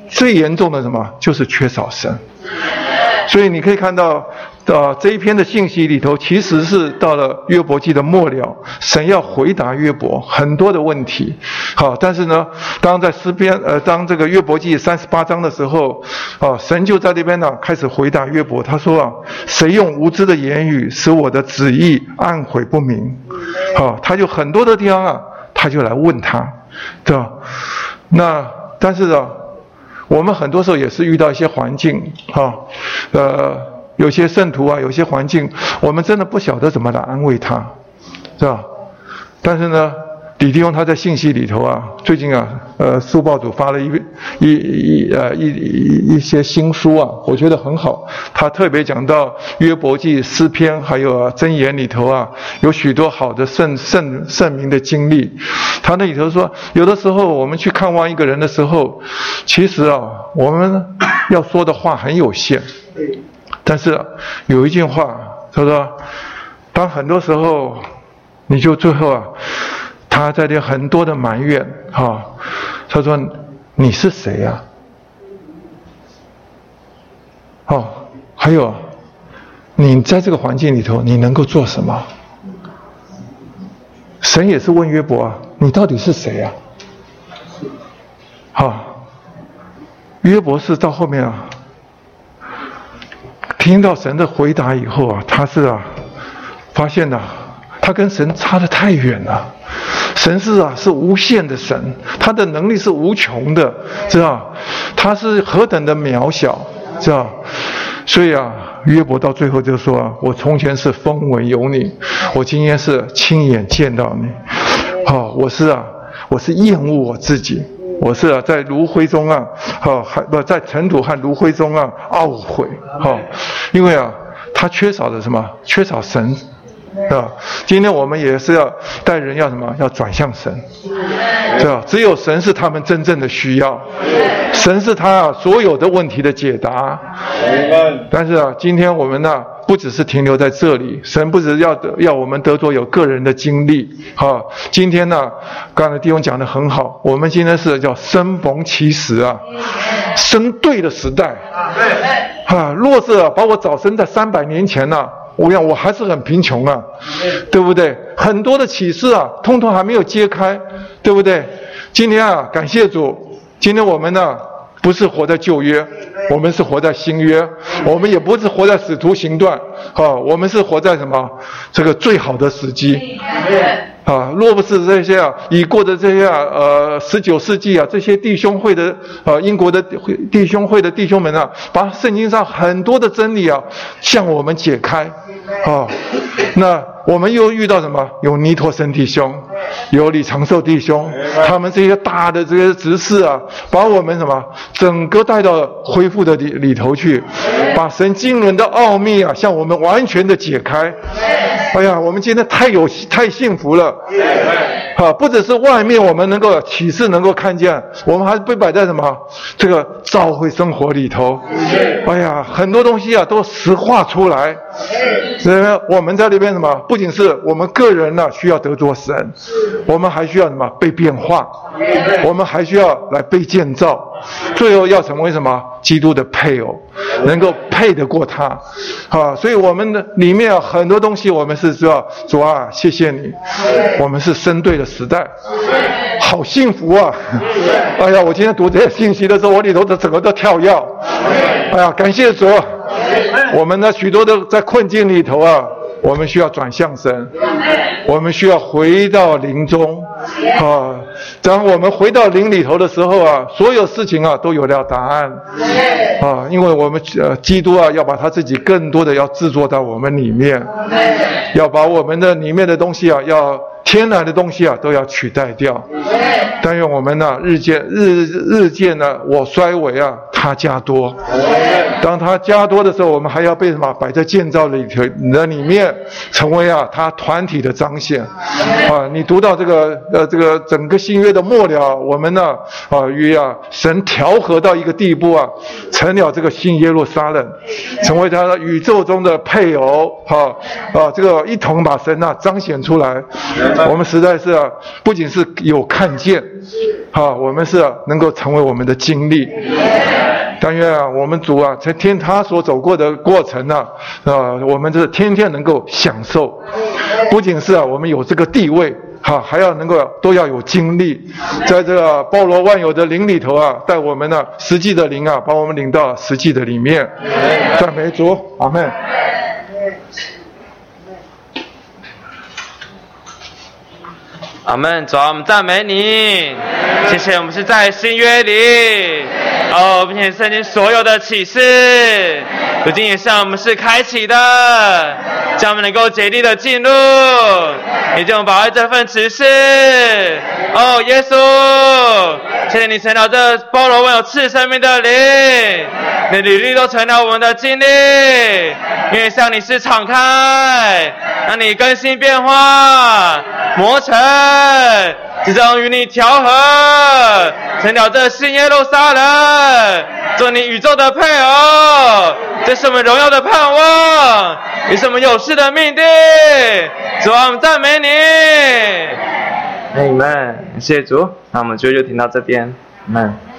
最严重的什么？就是缺少神。所以你可以看到，这一篇的信息里头，其实是到了约伯记的末了，神要回答约伯很多的问题。好，但是呢，当在诗篇当这个约伯记38章的时候，神就在这边呢开始回答约伯，他说啊，谁用无知的言语使我的旨意暗悔不明？好，他就很多的地方啊，他就来问他，对吧？那但是呢，我们很多时候也是遇到一些环境，有些圣徒啊，有些环境，我们真的不晓得怎么来安慰他，是吧？但是呢，李弟兄他在信息里头啊，最近啊，书报组发了一些新书啊，我觉得很好。他特别讲到约伯记、诗篇还有箴言里头啊，有许多好的圣明的经历。他那里头说，有的时候我们去看望一个人的时候，其实啊，我们要说的话很有限。但是有一句话，他说，当很多时候，你就最后啊，他在这很多的埋怨他说你是谁呀？还有你在这个环境里头，你能够做什么？神也是问约伯啊，你到底是谁呀？约伯是到后面啊，听到神的回答以后啊，他是发现他跟神差得太远了。神是无限的神，他的能力是无穷的，知道？他是何等的渺小，知道？所以约伯到最后就说我从前是风闻有你，我今天是亲眼见到你。我是厌恶我自己，我是在炉灰中在尘土和炉灰中懊悔因为他缺少了什么？缺少神。今天我们也是要带人要什么？要转向神，对吧？只有神是他们真正的需要，神是他所有的问题的解答。但是今天我们不只是停留在这里，神不只要我们得着有个人的经历今天刚才弟兄讲得很好，我们今天是叫生逢其时生对的时代若是把我早生在300年前我还是很贫穷对不对？很多的启示通通还没有揭开，对不对？今天感谢主，今天我们不是活在旧约，我们是活在新约，我们也不是活在使徒行传我们是活在什么？这个最好的时机若不是这些已过的这些19世纪这些弟兄会的英国的弟兄会的弟兄们把圣经上很多的真理向我们解开那我们又遇到什么？有尼陀生弟兄，有李长寿弟兄，他们这些大的这些执事把我们什么整个带到恢复的里头去，把神经纶的奥秘向我们完全的解开。哎呀，我们今天太幸福了不只是外面我们能够启示能够看见，我们还被摆在什么这个教会生活里头。哎呀，很多东西都实化出来。所以我们在那边什么？不仅是我们个人需要得着神，我们还需要什么？被变化，我们还需要来被建造，最后要成为什么？基督的配偶，能够配得过他所以我们的里面很多东西我们是知道，主谢谢你，我们是生对的时代，好幸福哎呀，我今天读这些信息的时候，我里头的整个都跳跃。哎呀，感谢主，我们许多的在困境里头我们需要转向神，我们需要回到灵中当我们回到灵里头的时候所有事情都有了答案因为我们基督要把他自己更多的要制作到我们里面，要把我们的里面的东西要天然的东西都要取代掉。但愿我们日渐我衰微他加多。当他加多的时候，我们还要被什么摆在建造里面，成为他团体的彰显你读到这个这个整个新约的末了，我们呢与神调和到一个地步啊，成了这个新耶路撒冷，成为他的宇宙中的配偶这个一同把神彰显出来。我们实在是不仅是有看见我们是能够成为我们的经历。但愿我们主在他所走过的过程我们是天天能够享受，不仅是我们有这个地位还要能够都要有经历，在这个包罗万有的灵里头带我们实际的灵把我们领到实际的里面。赞美主，阿们。 阿们，主啊，我们赞美你，谢谢我们是在新约里，并且圣经所有的启示，如今也向我们是开启的，让我们能够竭力的进入，也就把握这份启示。耶稣，谢谢你成了这包罗万有赐生命的灵，你的履历都成了我们的经历，因为向你是敞开，让你更新变化，磨成，只终与你调和，成了这新耶路撒冷，做你宇宙的配偶，这是我们荣耀的盼望，也是我们有事的命定。主啊，我们赞美你。阿们，谢谢主。那我们就听到这边，阿们。